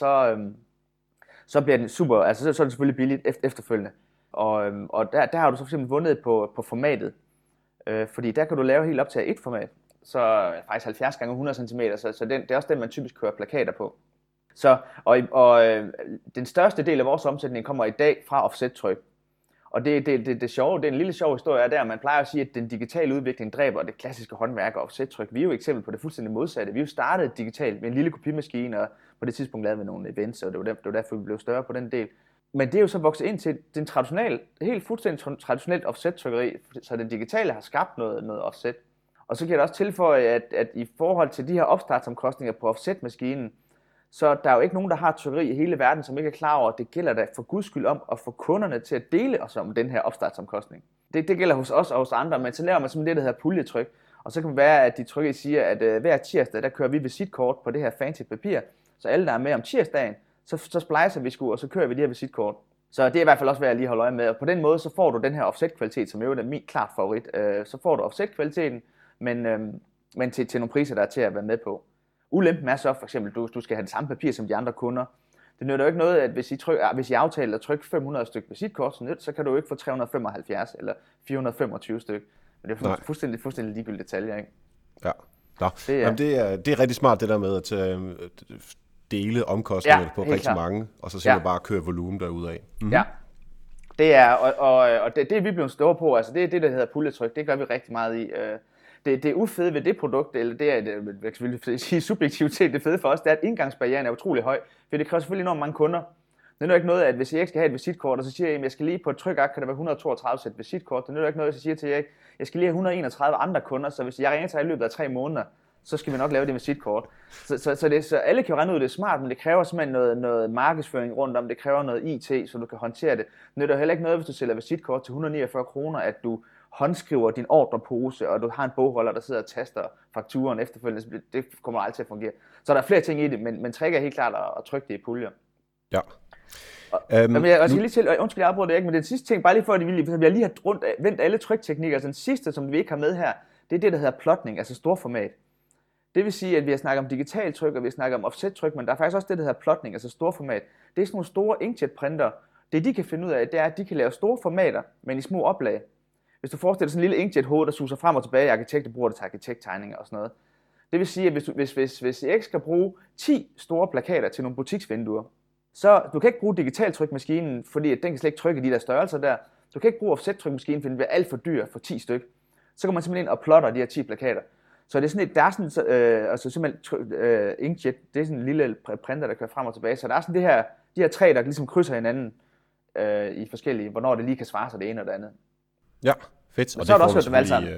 så bliver den super, altså så er det selvfølgelig billigt efterfølgende. Og der har du så simpelthen vundet på formatet, fordi der kan du lave helt op til et format, så faktisk 70 x 100 cm, så det er også den, man typisk kører plakater på. Så, den største del af vores omsætning kommer i dag fra offset-tryk. Og det sjove, det er en lille sjov historie der, man plejer at sige, at den digitale udvikling dræber det klassiske håndværk og offset-tryk. Vi er jo et eksempel på det fuldstændig modsatte. Vi er jo startet digitalt med en lille kopimaskine, og på det tidspunkt lavede vi nogle events, og det var derfor, vi blev større på den del. Men det er jo så vokset ind til den helt fuldstændig traditionelt offset-trykkeri, så den digitale har skabt noget offset. Og så kan jeg også tilføje, at i forhold til de her opstartsomkostninger på offset-maskinen, så der er jo ikke nogen, der har trykkeri i hele verden, som ikke er klar over, at det gælder da for guds skyld om at få kunderne til at dele os om den her opstartsomkostning. Det gælder hos os og hos andre, men så laver man simpelthen det, der hedder puljetryk. Og så kan det være, at de trykkeri siger, at hver tirsdag, der kører vi visitkort på det her fancy papir, så alle, der er med om tirsdagen, så splicer vi sgu, og så kører vi de her visitkort. Så det er i hvert fald også værd at lige holde øje med. Og på den måde, så får du den her offset-kvalitet, som jo er min klart favorit. Så får du offset-kvaliteten, men til nogle priser, der er til at være med på. Ulempen er så for eksempel, du skal have det samme papir som de andre kunder. Det nytter jo ikke noget, at hvis I aftaler at trykke 500 stykker visitkort, så kan du jo ikke få 375 eller 425 stykker. Men det er fuldstændig ligegyldige detaljer, ikke? Ja. Det er rigtig smart det der med at dele omkostningerne på rigtig mange, og så simpelthen bare køre volumen derudad. Mm-hmm. Ja, det er, og det er vi blevet store på, altså det er det, der hedder puljetryk, det gør vi rigtig meget i. Det ufede ved det produkt, eller det er, jeg kan sige subjektivt set, det fede for os, det er, at indgangsbarrieren er utrolig høj, for det kræver selvfølgelig enormt mange kunder. Det nytter ikke noget, at hvis jeg skal have et visitkort, og så siger jeg, at jeg skal lige på et trykark, kan der være 132 sæt visitkort. Det nytter ikke noget, hvis jeg siger til jer, at jeg skal lige have 131 andre kunder, så hvis jeg ringer til jer i løbet af 3 måneder, så skal vi nok lave det visitkort. Så alle kan jo regne ud, det er smart, men det kræver simpelthen noget markedsføring rundt om, det kræver noget IT, så du kan håndtere det. Det nytter heller ikke noget, hvis du sælger visitkort til 149 kroner, at du håndskriver din ordrepose, og du har en bogholder, der sidder og taster fakturen efterfølgende. Det kommer aldrig til at fungere. Så der er flere ting i det, men trick er helt klart at trykke det i puljer. Ja. Men jeg skal lige til, undskyld, jeg afbryder det ikke, men den sidste ting, bare lige for, at vi lige har vendt alle trykteknikker, altså den sidste, som vi ikke har med her, det er det, der hedder plotning, altså storformat. Det vil sige, at vi har snakket om digital tryk, og vi har snakket om offset-tryk, men der er faktisk også det, der hedder plotning, altså storformat. Det er sådan nogle store inkjet-printer. Det, de kan finde ud af, det er, at de kan lave store formater, men i små oplag. Hvis du forestiller dig sådan en lille inkjet-hoved, der suser frem og tilbage, arkitekter bruger det til arkitekttegninger og sådan noget. Det vil sige, at hvis jeg ikke skal bruge 10 store plakater til nogle butiksvinduer, så du kan ikke bruge digital trykmaskinen, fordi den kan slet ikke trykke de der størrelser der. Du kan ikke bruge offset-trykmaskinen, fordi den bliver alt for dyr for 10 styk. Så går man simpelthen ind og plotter de her 10 plakater. Så det er sådan der er sådan, altså simpelthen inkjet, det er sådan en lille printer, der kører frem og tilbage. Så der er sådan de her tre, der ligesom krydser hinanden i forskellige, hvornår det lige kan svare sig det ene og det andet. Ja, fedt. Og så har du også hørt dem alle sammen.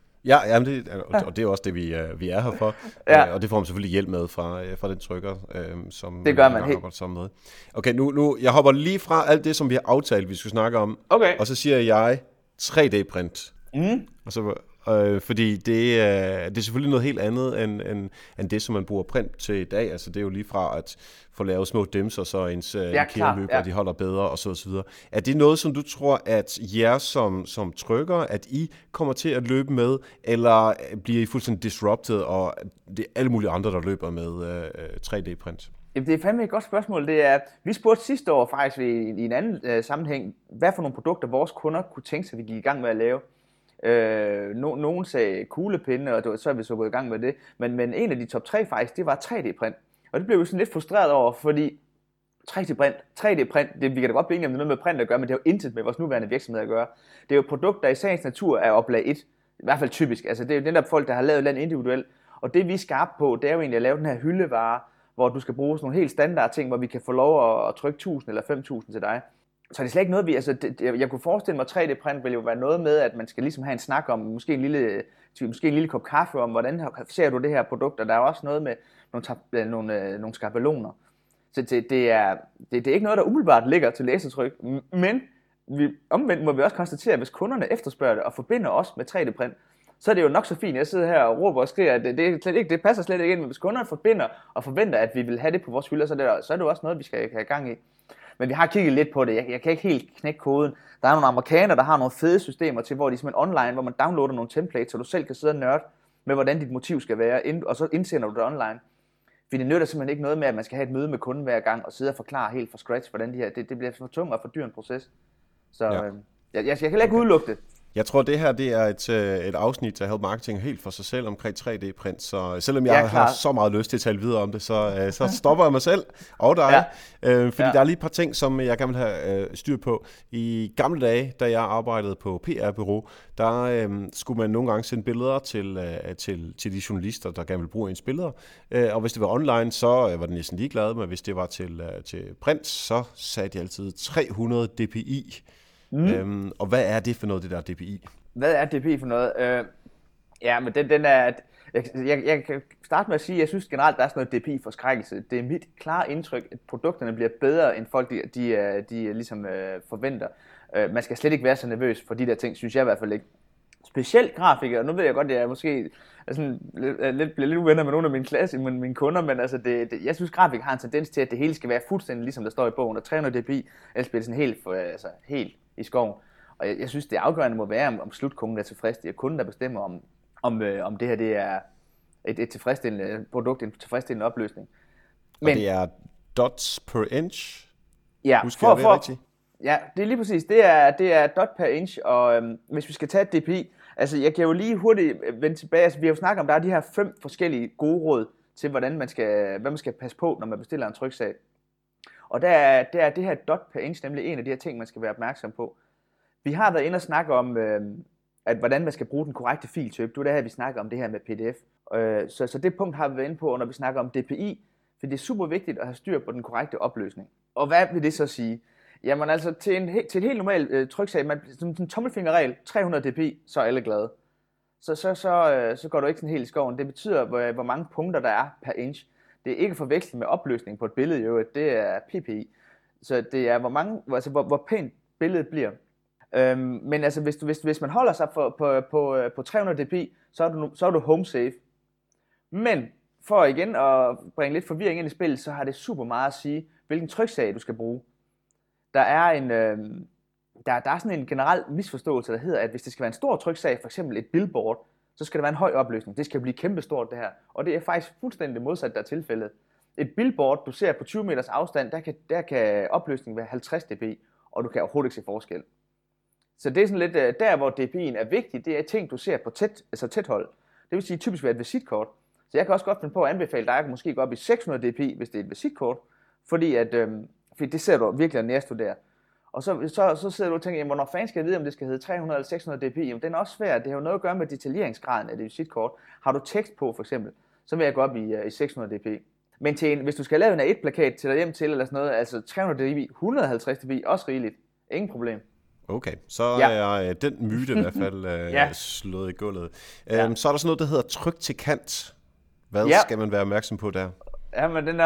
Og det er også det, vi er her for. Ja. Og det får man selvfølgelig hjælp med fra den trykker, som det gør man helt arbejder sammen med. Okay, nu jeg hopper lige fra alt det, som vi har aftalt, vi skulle snakke om. Okay. Og så siger jeg 3D-print. Mm. Og så, fordi det er selvfølgelig noget helt andet end det, som man bruger print til i dag. Altså det er jo lige fra at få lavet små dimser, så ens IKEA-møbler, de holder bedre og så videre. Er det noget, som du tror, at jer som trykker, at I kommer til at løbe med, eller bliver I fuldstændig disrupted, og det er alle mulige andre, der løber med 3D-print? Jamen, det er fandme et godt spørgsmål. Vi spurgte sidste år faktisk i en anden sammenhæng, hvad for nogle produkter vores kunder kunne tænke sig, at vi gik i gang med at lave. Nogen sagde kuglepinde, og så er vi så gået i gang med det. Men en af de top 3 faktisk, det var 3D-print. Og det blev vi sådan lidt frustreret over, fordi 3D-print, vi kan da godt blive enige om det noget med print at gøre, men det har jo intet med vores nuværende virksomhed at gøre. Det er jo produkter, der i sagens natur er oplag 1. I hvert fald typisk. Altså det er jo den der folk, der har lavet land individuelt. Og det vi er skarpe på, det er jo egentlig at lave den her hyldevare, hvor du skal bruge sådan nogle helt standard ting, hvor vi kan få lov at trykke 1000 eller 5000 til dig. Så det er slet ikke noget, jeg kunne forestille mig, at 3D-print vil jo være noget med, at man skal ligesom have en snak om, måske en lille kop kaffe om, hvordan ser du det her produkt, og der er også noget med nogle skabeloner. Så det er ikke noget, der umiddelbart ligger til lasertryk, men omvendt må vi også konstatere, at hvis kunderne efterspørger det og forbinder os med 3D-print, så er det jo nok så fint. Jeg sidder her og råber og skriger, at det passer slet ikke ind, men hvis kunderne forbinder og forventer, at vi vil have det på vores hylder, så er det jo også noget, vi skal have gang i. Men vi har kigget lidt på det. Jeg kan ikke helt knække koden. Der er nogle amerikanere, der har nogle fede systemer til, hvor de simpelthen online, hvor man downloader nogle templates, så du selv kan sidde og nørde med, hvordan dit motiv skal være, og så indsender du det online. For det nytter simpelthen ikke noget med, at man skal have et møde med kunden hver gang, og sidde og forklare helt fra scratch, hvordan det bliver for tung og for dyr en proces. Så jeg kan heller ikke udelukke det. Jeg tror, det her det er et afsnit af Help Marketing helt for sig selv omkring 3D-print, så selvom jeg har så meget lyst til at tale videre om det, så stopper jeg mig selv og dig, fordi der er lige et par ting, som jeg gerne vil have styr på. I gamle dage, da jeg arbejdede på PR-bureau, der skulle man nogle gange sende billeder til de journalister, der gerne ville bruge ens billeder, og hvis det var online, så var de næsten ligeglade, men hvis det var til print, så sagde de altid 300 dpi. Og hvad er det for noget, det der DPI? Hvad er DPI for noget? Men den er... Jeg kan starte med at sige, at jeg synes generelt, der er sådan noget DPI-forskrækkelse. Det er mit klare indtryk, at produkterne bliver bedre, end folk de ligesom forventer. Man skal slet ikke være så nervøs for de der ting, synes jeg i hvert fald ikke. Specielt grafikere, og nu ved jeg godt, at jeg måske bliver lidt uvenner med nogle af mine kunder, men altså jeg synes, grafik har en tendens til, at det hele skal være fuldstændig ligesom der står i bogen, og 300 dpi, ellers bliver det sådan helt i skoven. Og jeg synes, det afgørende må være, om slutkunden er tilfreds. Det er kunden, der bestemmer, om det her det er et tilfredsstillende produkt, en tilfredsstillende opløsning. Men, og det er dots per inch? Ja, husker jeg det rigtigt? Ja, det er lige præcis. Det er dot per inch, og hvis vi skal tage et DPI, altså jeg kan jo lige hurtigt vende tilbage. Altså, vi har jo snakket om, der er de her 5 forskellige gode råd til, hvad man skal passe på, når man bestiller en tryksag. Og der er det her dot per inch nemlig en af de her ting, man skal være opmærksom på. Vi har været inde og snakke om, at hvordan man skal bruge den korrekte filtype. Det var det her, vi snakker om det her med PDF. Så det punkt har vi været inde på, når vi snakker om DPI, for det er super vigtigt at have styr på den korrekte opløsning. Og hvad vil det så sige? Jamen altså, til en helt normal tryksag, som en tommelfingerregel, 300 dpi, så er alle glade. Så går du ikke sådan helt i skoven. Det betyder, hvor mange punkter der er per inch. Det er ikke forvekslet med opløsning på et billede, jo, det er ppi. Så det er, hvor pænt billedet bliver. Men altså, hvis man holder sig på 300 dpi, så er du home safe. Men for igen at bringe lidt forvirring ind i spillet, så har det super meget at sige, hvilken tryksag du skal bruge. Der er sådan en generel misforståelse, der hedder, at hvis det skal være en stor tryksag, for eksempel et billboard, så skal der være en høj opløsning. Det skal blive kæmpestort det her. Og det er faktisk fuldstændig modsat, der er tilfældet. Et billboard, du ser på 20 meters afstand, der kan opløsningen være 50 dpi, og du kan overhovedet ikke se forskel. Så det er sådan lidt, der hvor dpi'en er vigtig, det er ting, du ser på tæt hold. Det vil sige typisk være et visitkort. Så jeg kan også godt finde på at anbefale dig, at måske gå op i 600 dpi, hvis det er et visitkort, fordi det ser du virkelig nærstudere. Og så sidder du og tænker, jamen, hvornår fanden skal jeg vide, om det skal hedde 300 eller 600 dpi? Jamen, den er også svært. Det har jo noget at gøre med detaljeringsgraden af det visitkort. Har du tekst på, for eksempel, så vil jeg gå op i 600 dpi. Men hvis du skal lave en A1-plakat til dig hjem til, eller sådan noget, altså 300 dpi, 150 dpi, også rigeligt. Ingen problem. Okay, så er den myte i hvert fald slået i gulvet. Så er der sådan noget, der hedder tryk til kant. Hvad skal man være opmærksom på der? Ja, men det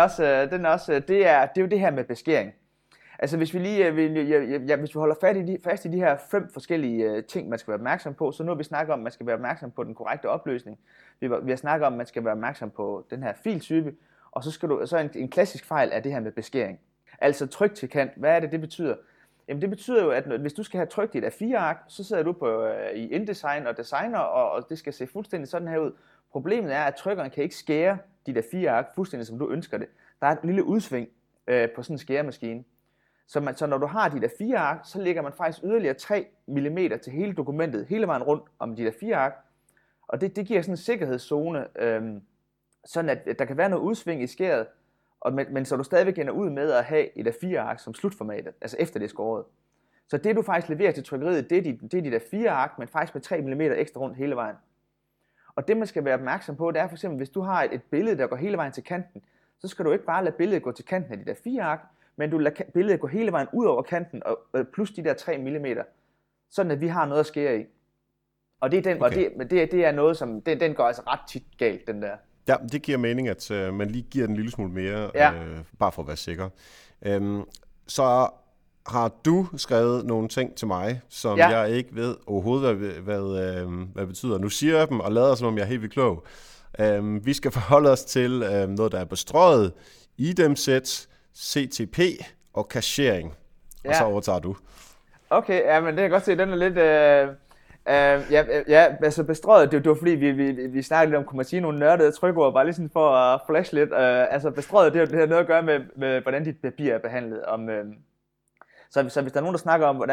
er jo det her med beskæring. Altså hvis vi holder fast i de her 5 forskellige ting, man skal være opmærksom på, så nu har vi snakket om, at man skal være opmærksom på den korrekte opløsning. Vi har snakket om, at man skal være opmærksom på den her filtype, og så en klassisk fejl er det her med beskæring. Altså tryk til kant, hvad er det betyder? Jamen det betyder jo, at hvis du skal have trykt et A4-ark, så sidder du i InDesign og Designer, og det skal se fuldstændig sådan her ud. Problemet er, at trykkeren kan ikke skære dit A4-ark fuldstændig, som du ønsker det. der er et lille udsving på sådan en skæremaskine. Så når du har de der 4 ark, så lægger man faktisk yderligere 3 mm til hele dokumentet, hele vejen rundt om de der 4 ark. Og det giver sådan en sikkerhedszone, sådan at der kan være noget udsving i skæret, men så du stadigvæk ender ud med at have et A4-ark som slutformatet, altså efter det er skåret. Så det du faktisk leverer til trykkeriet, det er de der 4 ark, men faktisk med 3 mm ekstra rundt hele vejen. Og det man skal være opmærksom på, det er for eksempel, hvis du har et billede, der går hele vejen til kanten, så skal du ikke bare lade billedet gå til kanten af de der 4 ark, men du lader billedet gå hele vejen ud over kanten, og plus de der 3 mm, sådan at vi har noget at skære i. Og det er den, okay. Og det er noget, som den går altså ret tit galt, den der. Ja, det giver mening, at man lige giver den en lille smule mere, bare for at være sikker. Så har du skrevet nogle ting til mig, som jeg ikke ved overhovedet, hvad betyder. Nu siger jeg dem, og lader som om jeg er helt vildt klog. Vi skal forholde os til noget, der er bestrøget, IDEM-sæt, CTP og cachering. Og så overtager du. Okay, ja, men det kan jeg godt se, den er lidt... altså bestrøget, det var fordi vi snakkede lidt om, kunne man sige nogle nørdede trykord, bare lige sådan for at flash lidt. Altså bestrøget, det har noget at gøre med hvordan dit papir er behandlet. Så hvis der er nogen, der snakker om,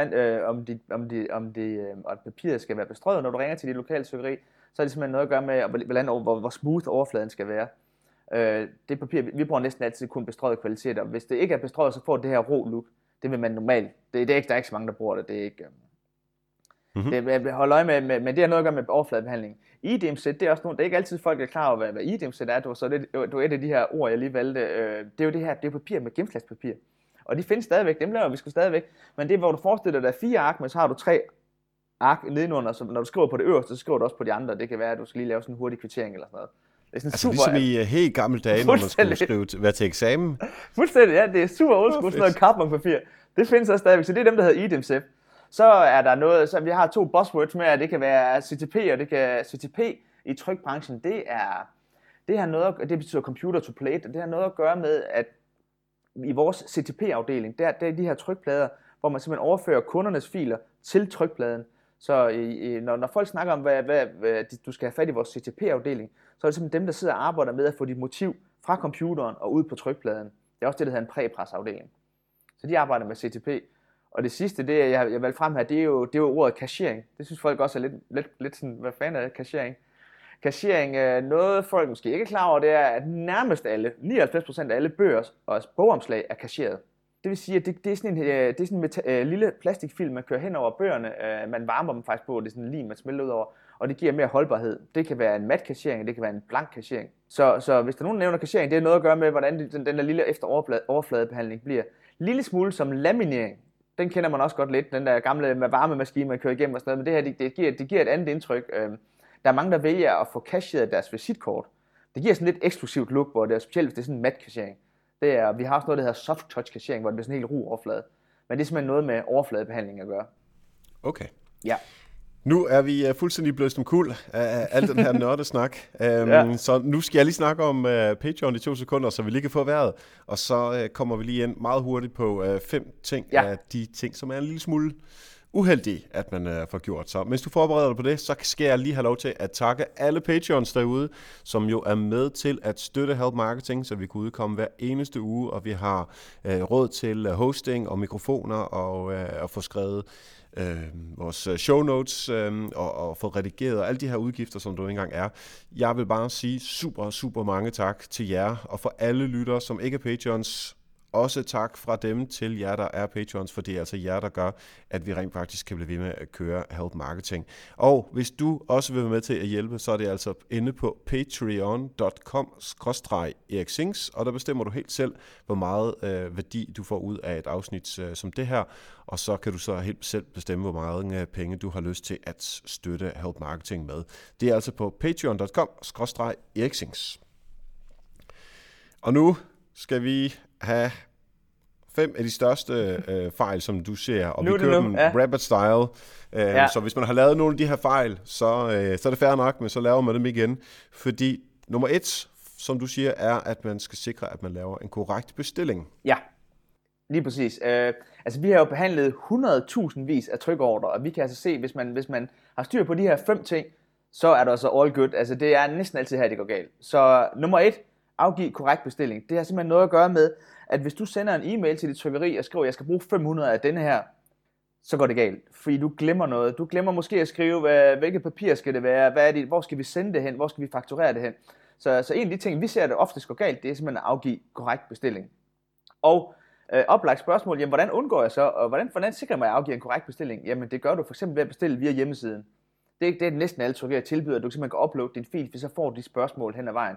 at papiret skal være bestrøget, når du ringer til dit lokale trykkeri, så er det simpelthen noget at gøre med, hvor smooth overfladen skal være. Det papir, vi bruger næsten altid kun bestrøget kvalitet, og hvis det ikke er bestrøget, så får det her rå look. Det vil man normalt. Det er ikke, der er ikke så mange, der bruger det. Det er ikke... Det holder øje med, men det har noget at gøre med overfladebehandling. IDEM-sæt, det er også det er ikke altid folk er klar over, hvad IDEM-sæt er. Så det er et af de her ord, jeg lige valgte. Det er jo det her, det er papir med gennemslagspapir. Og de findes stadigvæk, dem laver vi sgu stadigvæk. Men det er, hvor du forestiller dig, der er 4 ark, men så har du 3 ark nedenunder, så når du skriver på det øverste, så skriver du også på de andre. Det kan være, at du skal lige lave sådan en hurtig kvittering eller sådan noget. Det er sådan altså super, ligesom i helt gamle dage, når man skulle skrive være til eksamen. Fuldstændig, ja, det er super old school, sådan noget carbonpapir. Det findes også stadigvæk, så det er dem, der hedder IDEM-sæt. Så er der noget, så vi har 2 buzzwords med, at det kan være CTP, og det kan CTP i trykbranchen, det har noget, det betyder computer to plate, og det har noget at gøre med, at i vores CTP-afdeling, der er de her trykplader, hvor man simpelthen overfører kundernes filer til trykpladen. Så når folk snakker om, hvad du skal have fat i vores CTP-afdeling, så er det simpelthen dem, der sidder og arbejder med at få dit motiv fra computeren og ud på trykpladen. Det er også det, der hedder en præpresafdeling. Så de arbejder med CTP. Og det sidste, det jeg valgte frem her, det er jo ordet cachering. Det synes folk også er lidt sådan, hvad fanden er det, cachering? Cachering, noget folk måske ikke er klar over, det er, at nærmest alle, 99% af alle bøger og bogomslag er cacheret. Det vil sige, at det er sådan en lille plastikfilm, man kører hen over bøgerne. Man varmer dem faktisk på, det er sådan en lim, man smelter ud over, og det giver mere holdbarhed. Det kan være en mat cachering, det kan være en blank cachering. Så hvis der nogen nævner cachering, det er noget at gøre med, hvordan den der lille efter overfladebehandling bliver. Lille smule som laminering. Den kender man også godt lidt, den der gamle med varmemaskine, man kører igennem og sådan noget, men det her det giver et andet indtryk. Der er mange, der vælger at få cachet deres visitkort. Det giver sådan lidt eksklusivt look, hvor det er specielt, hvis det er sådan en mat cachering. Vi har også noget, der hedder soft touch cachering, hvor det bliver sådan en helt ru overflade. Men det er simpelthen noget med overfladebehandling at gøre. Okay. Ja. Nu er vi fuldstændig blevet som kul af al den her nørdesnak. Så nu skal jeg lige snakke om Patreon i 2 sekunder, så vi lige kan få vejret. Og så kommer vi lige ind meget hurtigt på 5 ting af de ting, som er en lille smule uheldige, at man får gjort. Så mens du forbereder dig på det, så skal jeg lige have lov til at takke alle Patreons derude, som jo er med til at støtte Help Marketing, så vi kan udkomme hver eneste uge, og vi har råd til hosting og mikrofoner og at få skrevet vores show notes og få redigeret og alle de her udgifter, som du ikke engang er. Jeg vil bare sige super mange tak til jer, og for alle lyttere, som ikke er Patreons, også tak fra dem til jer, der er Patreons, for det er altså jer, der gør, at vi rent faktisk kan blive ved med at køre Help Marketing. Og hvis du også vil være med til at hjælpe, så er det altså inde på patreon.com/eriksings, og der bestemmer du helt selv, hvor meget værdi du får ud af et afsnit som det her, og så kan du så helt selv bestemme, hvor meget penge du har lyst til at støtte Help Marketing med. Det er altså på patreon.com/eriksings. Og nu skal vi have 5 af de største fejl, som du ser, og vi kører dem rapid style. Så hvis man har lavet nogle af de her fejl, så er det fair nok, men så laver man dem igen. Fordi nummer 1, som du siger, er, at man skal sikre, at man laver en korrekt bestilling. Ja, lige præcis. Altså vi har jo behandlet 100.000 vis af trykordrer, og vi kan altså se, hvis man har styr på de her 5 ting, så er der altså all good. Altså det er næsten altid her, det går galt. Så nummer 1, Afgiv korrekt bestilling. Det har simpelthen noget at gøre med, at hvis du sender en e-mail til dit trykkeri og skriver, at jeg skal bruge 500 af denne her, så går det galt, fordi du glemmer noget. Du glemmer måske at skrive, hvilket papir skal det være, hvor skal vi sende det hen, hvor skal vi fakturere det hen. Så en af de ting, vi ser, det ofte går galt, det er simpelthen at afgive korrekt bestilling. Og oplagt spørgsmål, jamen hvordan undgår jeg så, og hvordan sikrer man, at jeg afgiver en korrekt bestilling? Jamen det gør du for eksempel ved at bestille via hjemmesiden. Det er næsten alle trykkerier tilbyder, at du simpelthen kan uploade din fil, for så får du de spørgsmål hen ad vejen.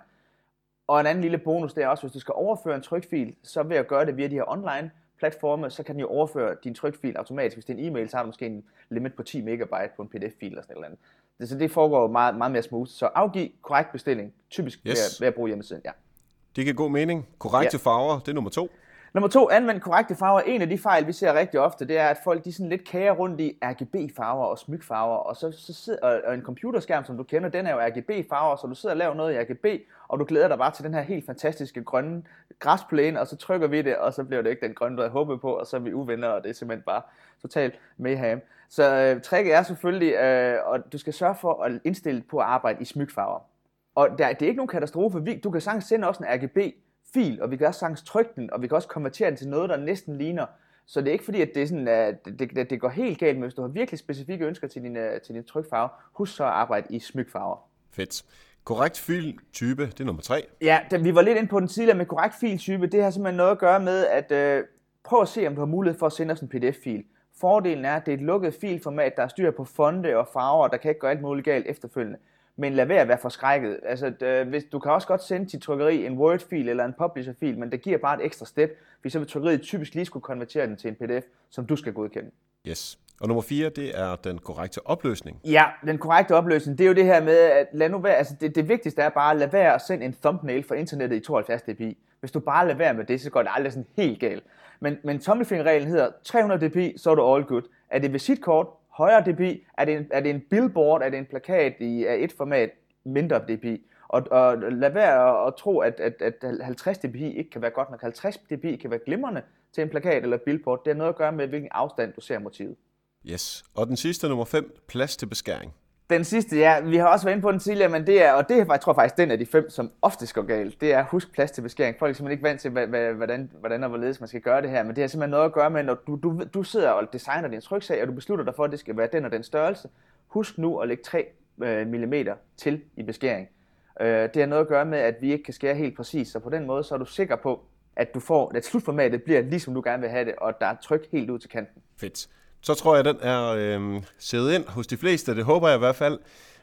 Og en anden lille bonus, det er også, hvis du skal overføre en trykfil, så ved at gøre det via de her online platforme, så kan den jo overføre din trykfil automatisk. Hvis det er en e-mail, så har du måske en limit på 10 megabyte på en pdf-fil eller sådan noget. Så det foregår meget, meget mere smooth. Så afgiv korrekt bestilling, typisk ved at bruge hjemmesiden. Ja. Det giver god mening. Korrekte farver, det er nummer 2. Nummer 2, anvend korrekte farver. En af de fejl, vi ser rigtig ofte, det er, at folk de sådan lidt kager rundt i RGB-farver og smykfarver, og så sidder, og en computerskærm, som du kender, den er jo RGB-farver, så du sidder og laver noget i RGB, og du glæder dig bare til den her helt fantastiske grønne græsplæne, og så trykker vi det, og så bliver det ikke den grønne, du havde håbet på, og så er vi uvenner, og det er simpelthen bare totalt mayhem. Så tricket er selvfølgelig, og du skal sørge for at indstille på at arbejde i smykfarver. Og det er ikke nogen katastrofe. Du kan sagtens sende også en RGB-fil, og vi kan også sagtens trykke den, og vi kan også konvertere den til noget, der næsten ligner. Så det er ikke fordi, at det er sådan, at det går helt galt, men hvis du har virkelig specifikke ønsker til din trykfarve, husk så at arbejde i smykfarver. Fedt. Korrekt filtype, det er nummer 3. Ja, vi var lidt inde på den tidligere med korrekt filtype. Det har simpelthen noget at gøre med, at prøv at se, om du har mulighed for at sende os en pdf-fil. Fordelen er, at det er et lukket filformat, der er styr på fonte og farver, der kan ikke gøre alt muligt galt efterfølgende. Men lad være at være forskrækket. Altså, hvis du kan også godt sende til trykkeri en Word-fil eller en Publisher-fil, men det giver bare et ekstra step, fordi så vil trykkeriet typisk lige skulle konvertere den til en pdf, som du skal godkende. Yes. Og nummer 4, det er den korrekte opløsning. Ja, den korrekte opløsning, det er jo det her med, at lad nu være, altså det vigtigste er bare at lade være at sende en thumbnail fra internettet i 72 dpi. Hvis du bare lader være med det, så går det aldrig sådan helt galt. Men tommelfingerreglen hedder 300 dpi, så er du all good. Er det visitkort, højere dpi, er det en billboard, er det en plakat i A1-format, mindre dpi. Og lad være at tro, at 50 dpi ikke kan være godt nok. 50 dpi kan være glimrende til en plakat eller billboard. Det har noget at gøre med, hvilken afstand du ser motivet. Yes. Og den sidste, nummer 5, plads til beskæring. Den sidste, ja, vi har også været inde på den tidligere, men det er, jeg tror faktisk, den af de 5, som oftest går galt, det er husk plads til beskæring. Folk er simpelthen ikke vant til, hvordan og hvorledes man skal gøre det her, men det har simpelthen noget at gøre med, når du sidder og designer din tryksag, og du beslutter dig for, at det skal være den og den størrelse. Husk nu at lægge 3 mm til i beskæring. Det har noget at gøre med, at vi ikke kan skære helt præcis, så på den måde, så er du sikker på, at du får, at slutformatet bliver ligesom du gerne vil have det, og der er tryk helt ud til kanten. Fedt. Så tror jeg, at den er siddet ind hos de fleste, det håber jeg i hvert fald,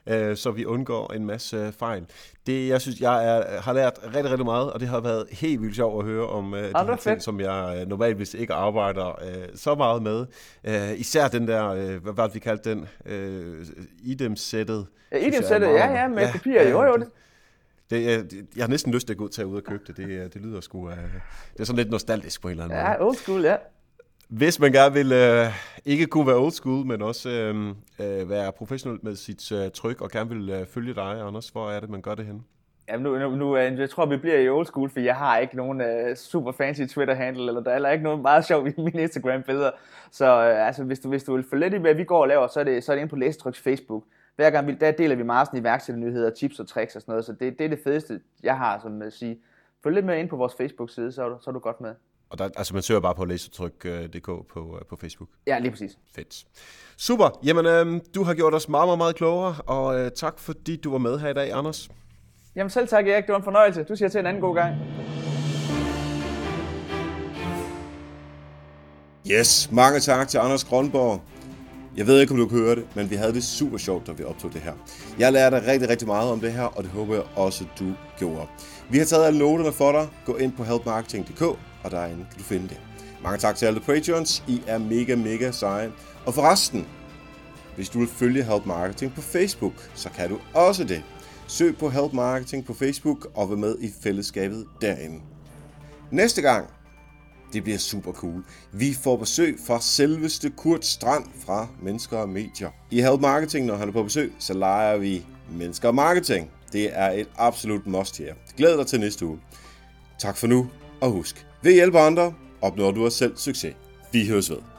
så vi undgår en masse fejl. Det, jeg synes, jeg har lært rigtig, rigtig meget, og det har været helt vildt sjovt at høre om de her ting, som jeg normalvis ikke arbejder så meget med. Især den der, hvad vi kaldte den, idem-sættet. Ja, idem-sættet, ja, med papir, jo. Jeg har næsten lyst til at gå ud og købe det. Det lyder sgu, det er sådan lidt nostalgisk på en eller anden måde. Ja, old school, ja. Hvis man gerne vil ikke kunne være old school, men også være professionel med sit tryk, og gerne vil følge dig, Anders, hvor er det, man gør det henne? Jamen nu jeg tror, vi bliver i old school, for jeg har ikke nogen super fancy Twitter-handle, eller der er heller ikke noget meget sjovt i mine Instagram-billeder. Så altså, hvis du vil følge lidt i, hvad vi går og laver, så er det inde på Læsetryks Facebook. Hver gang der deler vi meget sådan iværksætternyheder, tips og tricks og sådan noget, så det er det fedeste, jeg har, som at sige. Følg lidt med ind på vores Facebook-side, så er du godt med. Og der, altså man søger bare på læsetryk.dk på Facebook. Ja, lige præcis. Fedt. Super. Jamen, du har gjort os meget, meget, meget klogere, og tak fordi du var med her i dag, Anders. Jamen selv tak, Erik. Det var en fornøjelse. Du siger til en anden god gang. Yes, mange tak til Anders Grønborg. Jeg ved ikke, om du kunne høre det, men vi havde det super sjovt, da vi optog det her. Jeg lærte rigtig, rigtig meget om det her, og det håber jeg også, du gjorde. Vi har taget alle noterne for dig. Gå ind på helpmarketing.dk, og derinde kan du finde det. Mange tak til alle Patreons. I er mega, mega seje. Og forresten, hvis du vil følge Help Marketing på Facebook, så kan du også det. Søg på Help Marketing på Facebook og vær med i fællesskabet derinde. Næste gang, det bliver super cool. Vi får besøg fra selveste Kurt Strand fra Mennesker og Medier. I Help Marketing, når han er på besøg, så leger vi Mennesker og Marketing. Det er et absolut must her. Glæd dig til næste uge. Tak for nu, og husk, ved at hjælpe andre, opnår du også selv succes. Vi høres ved.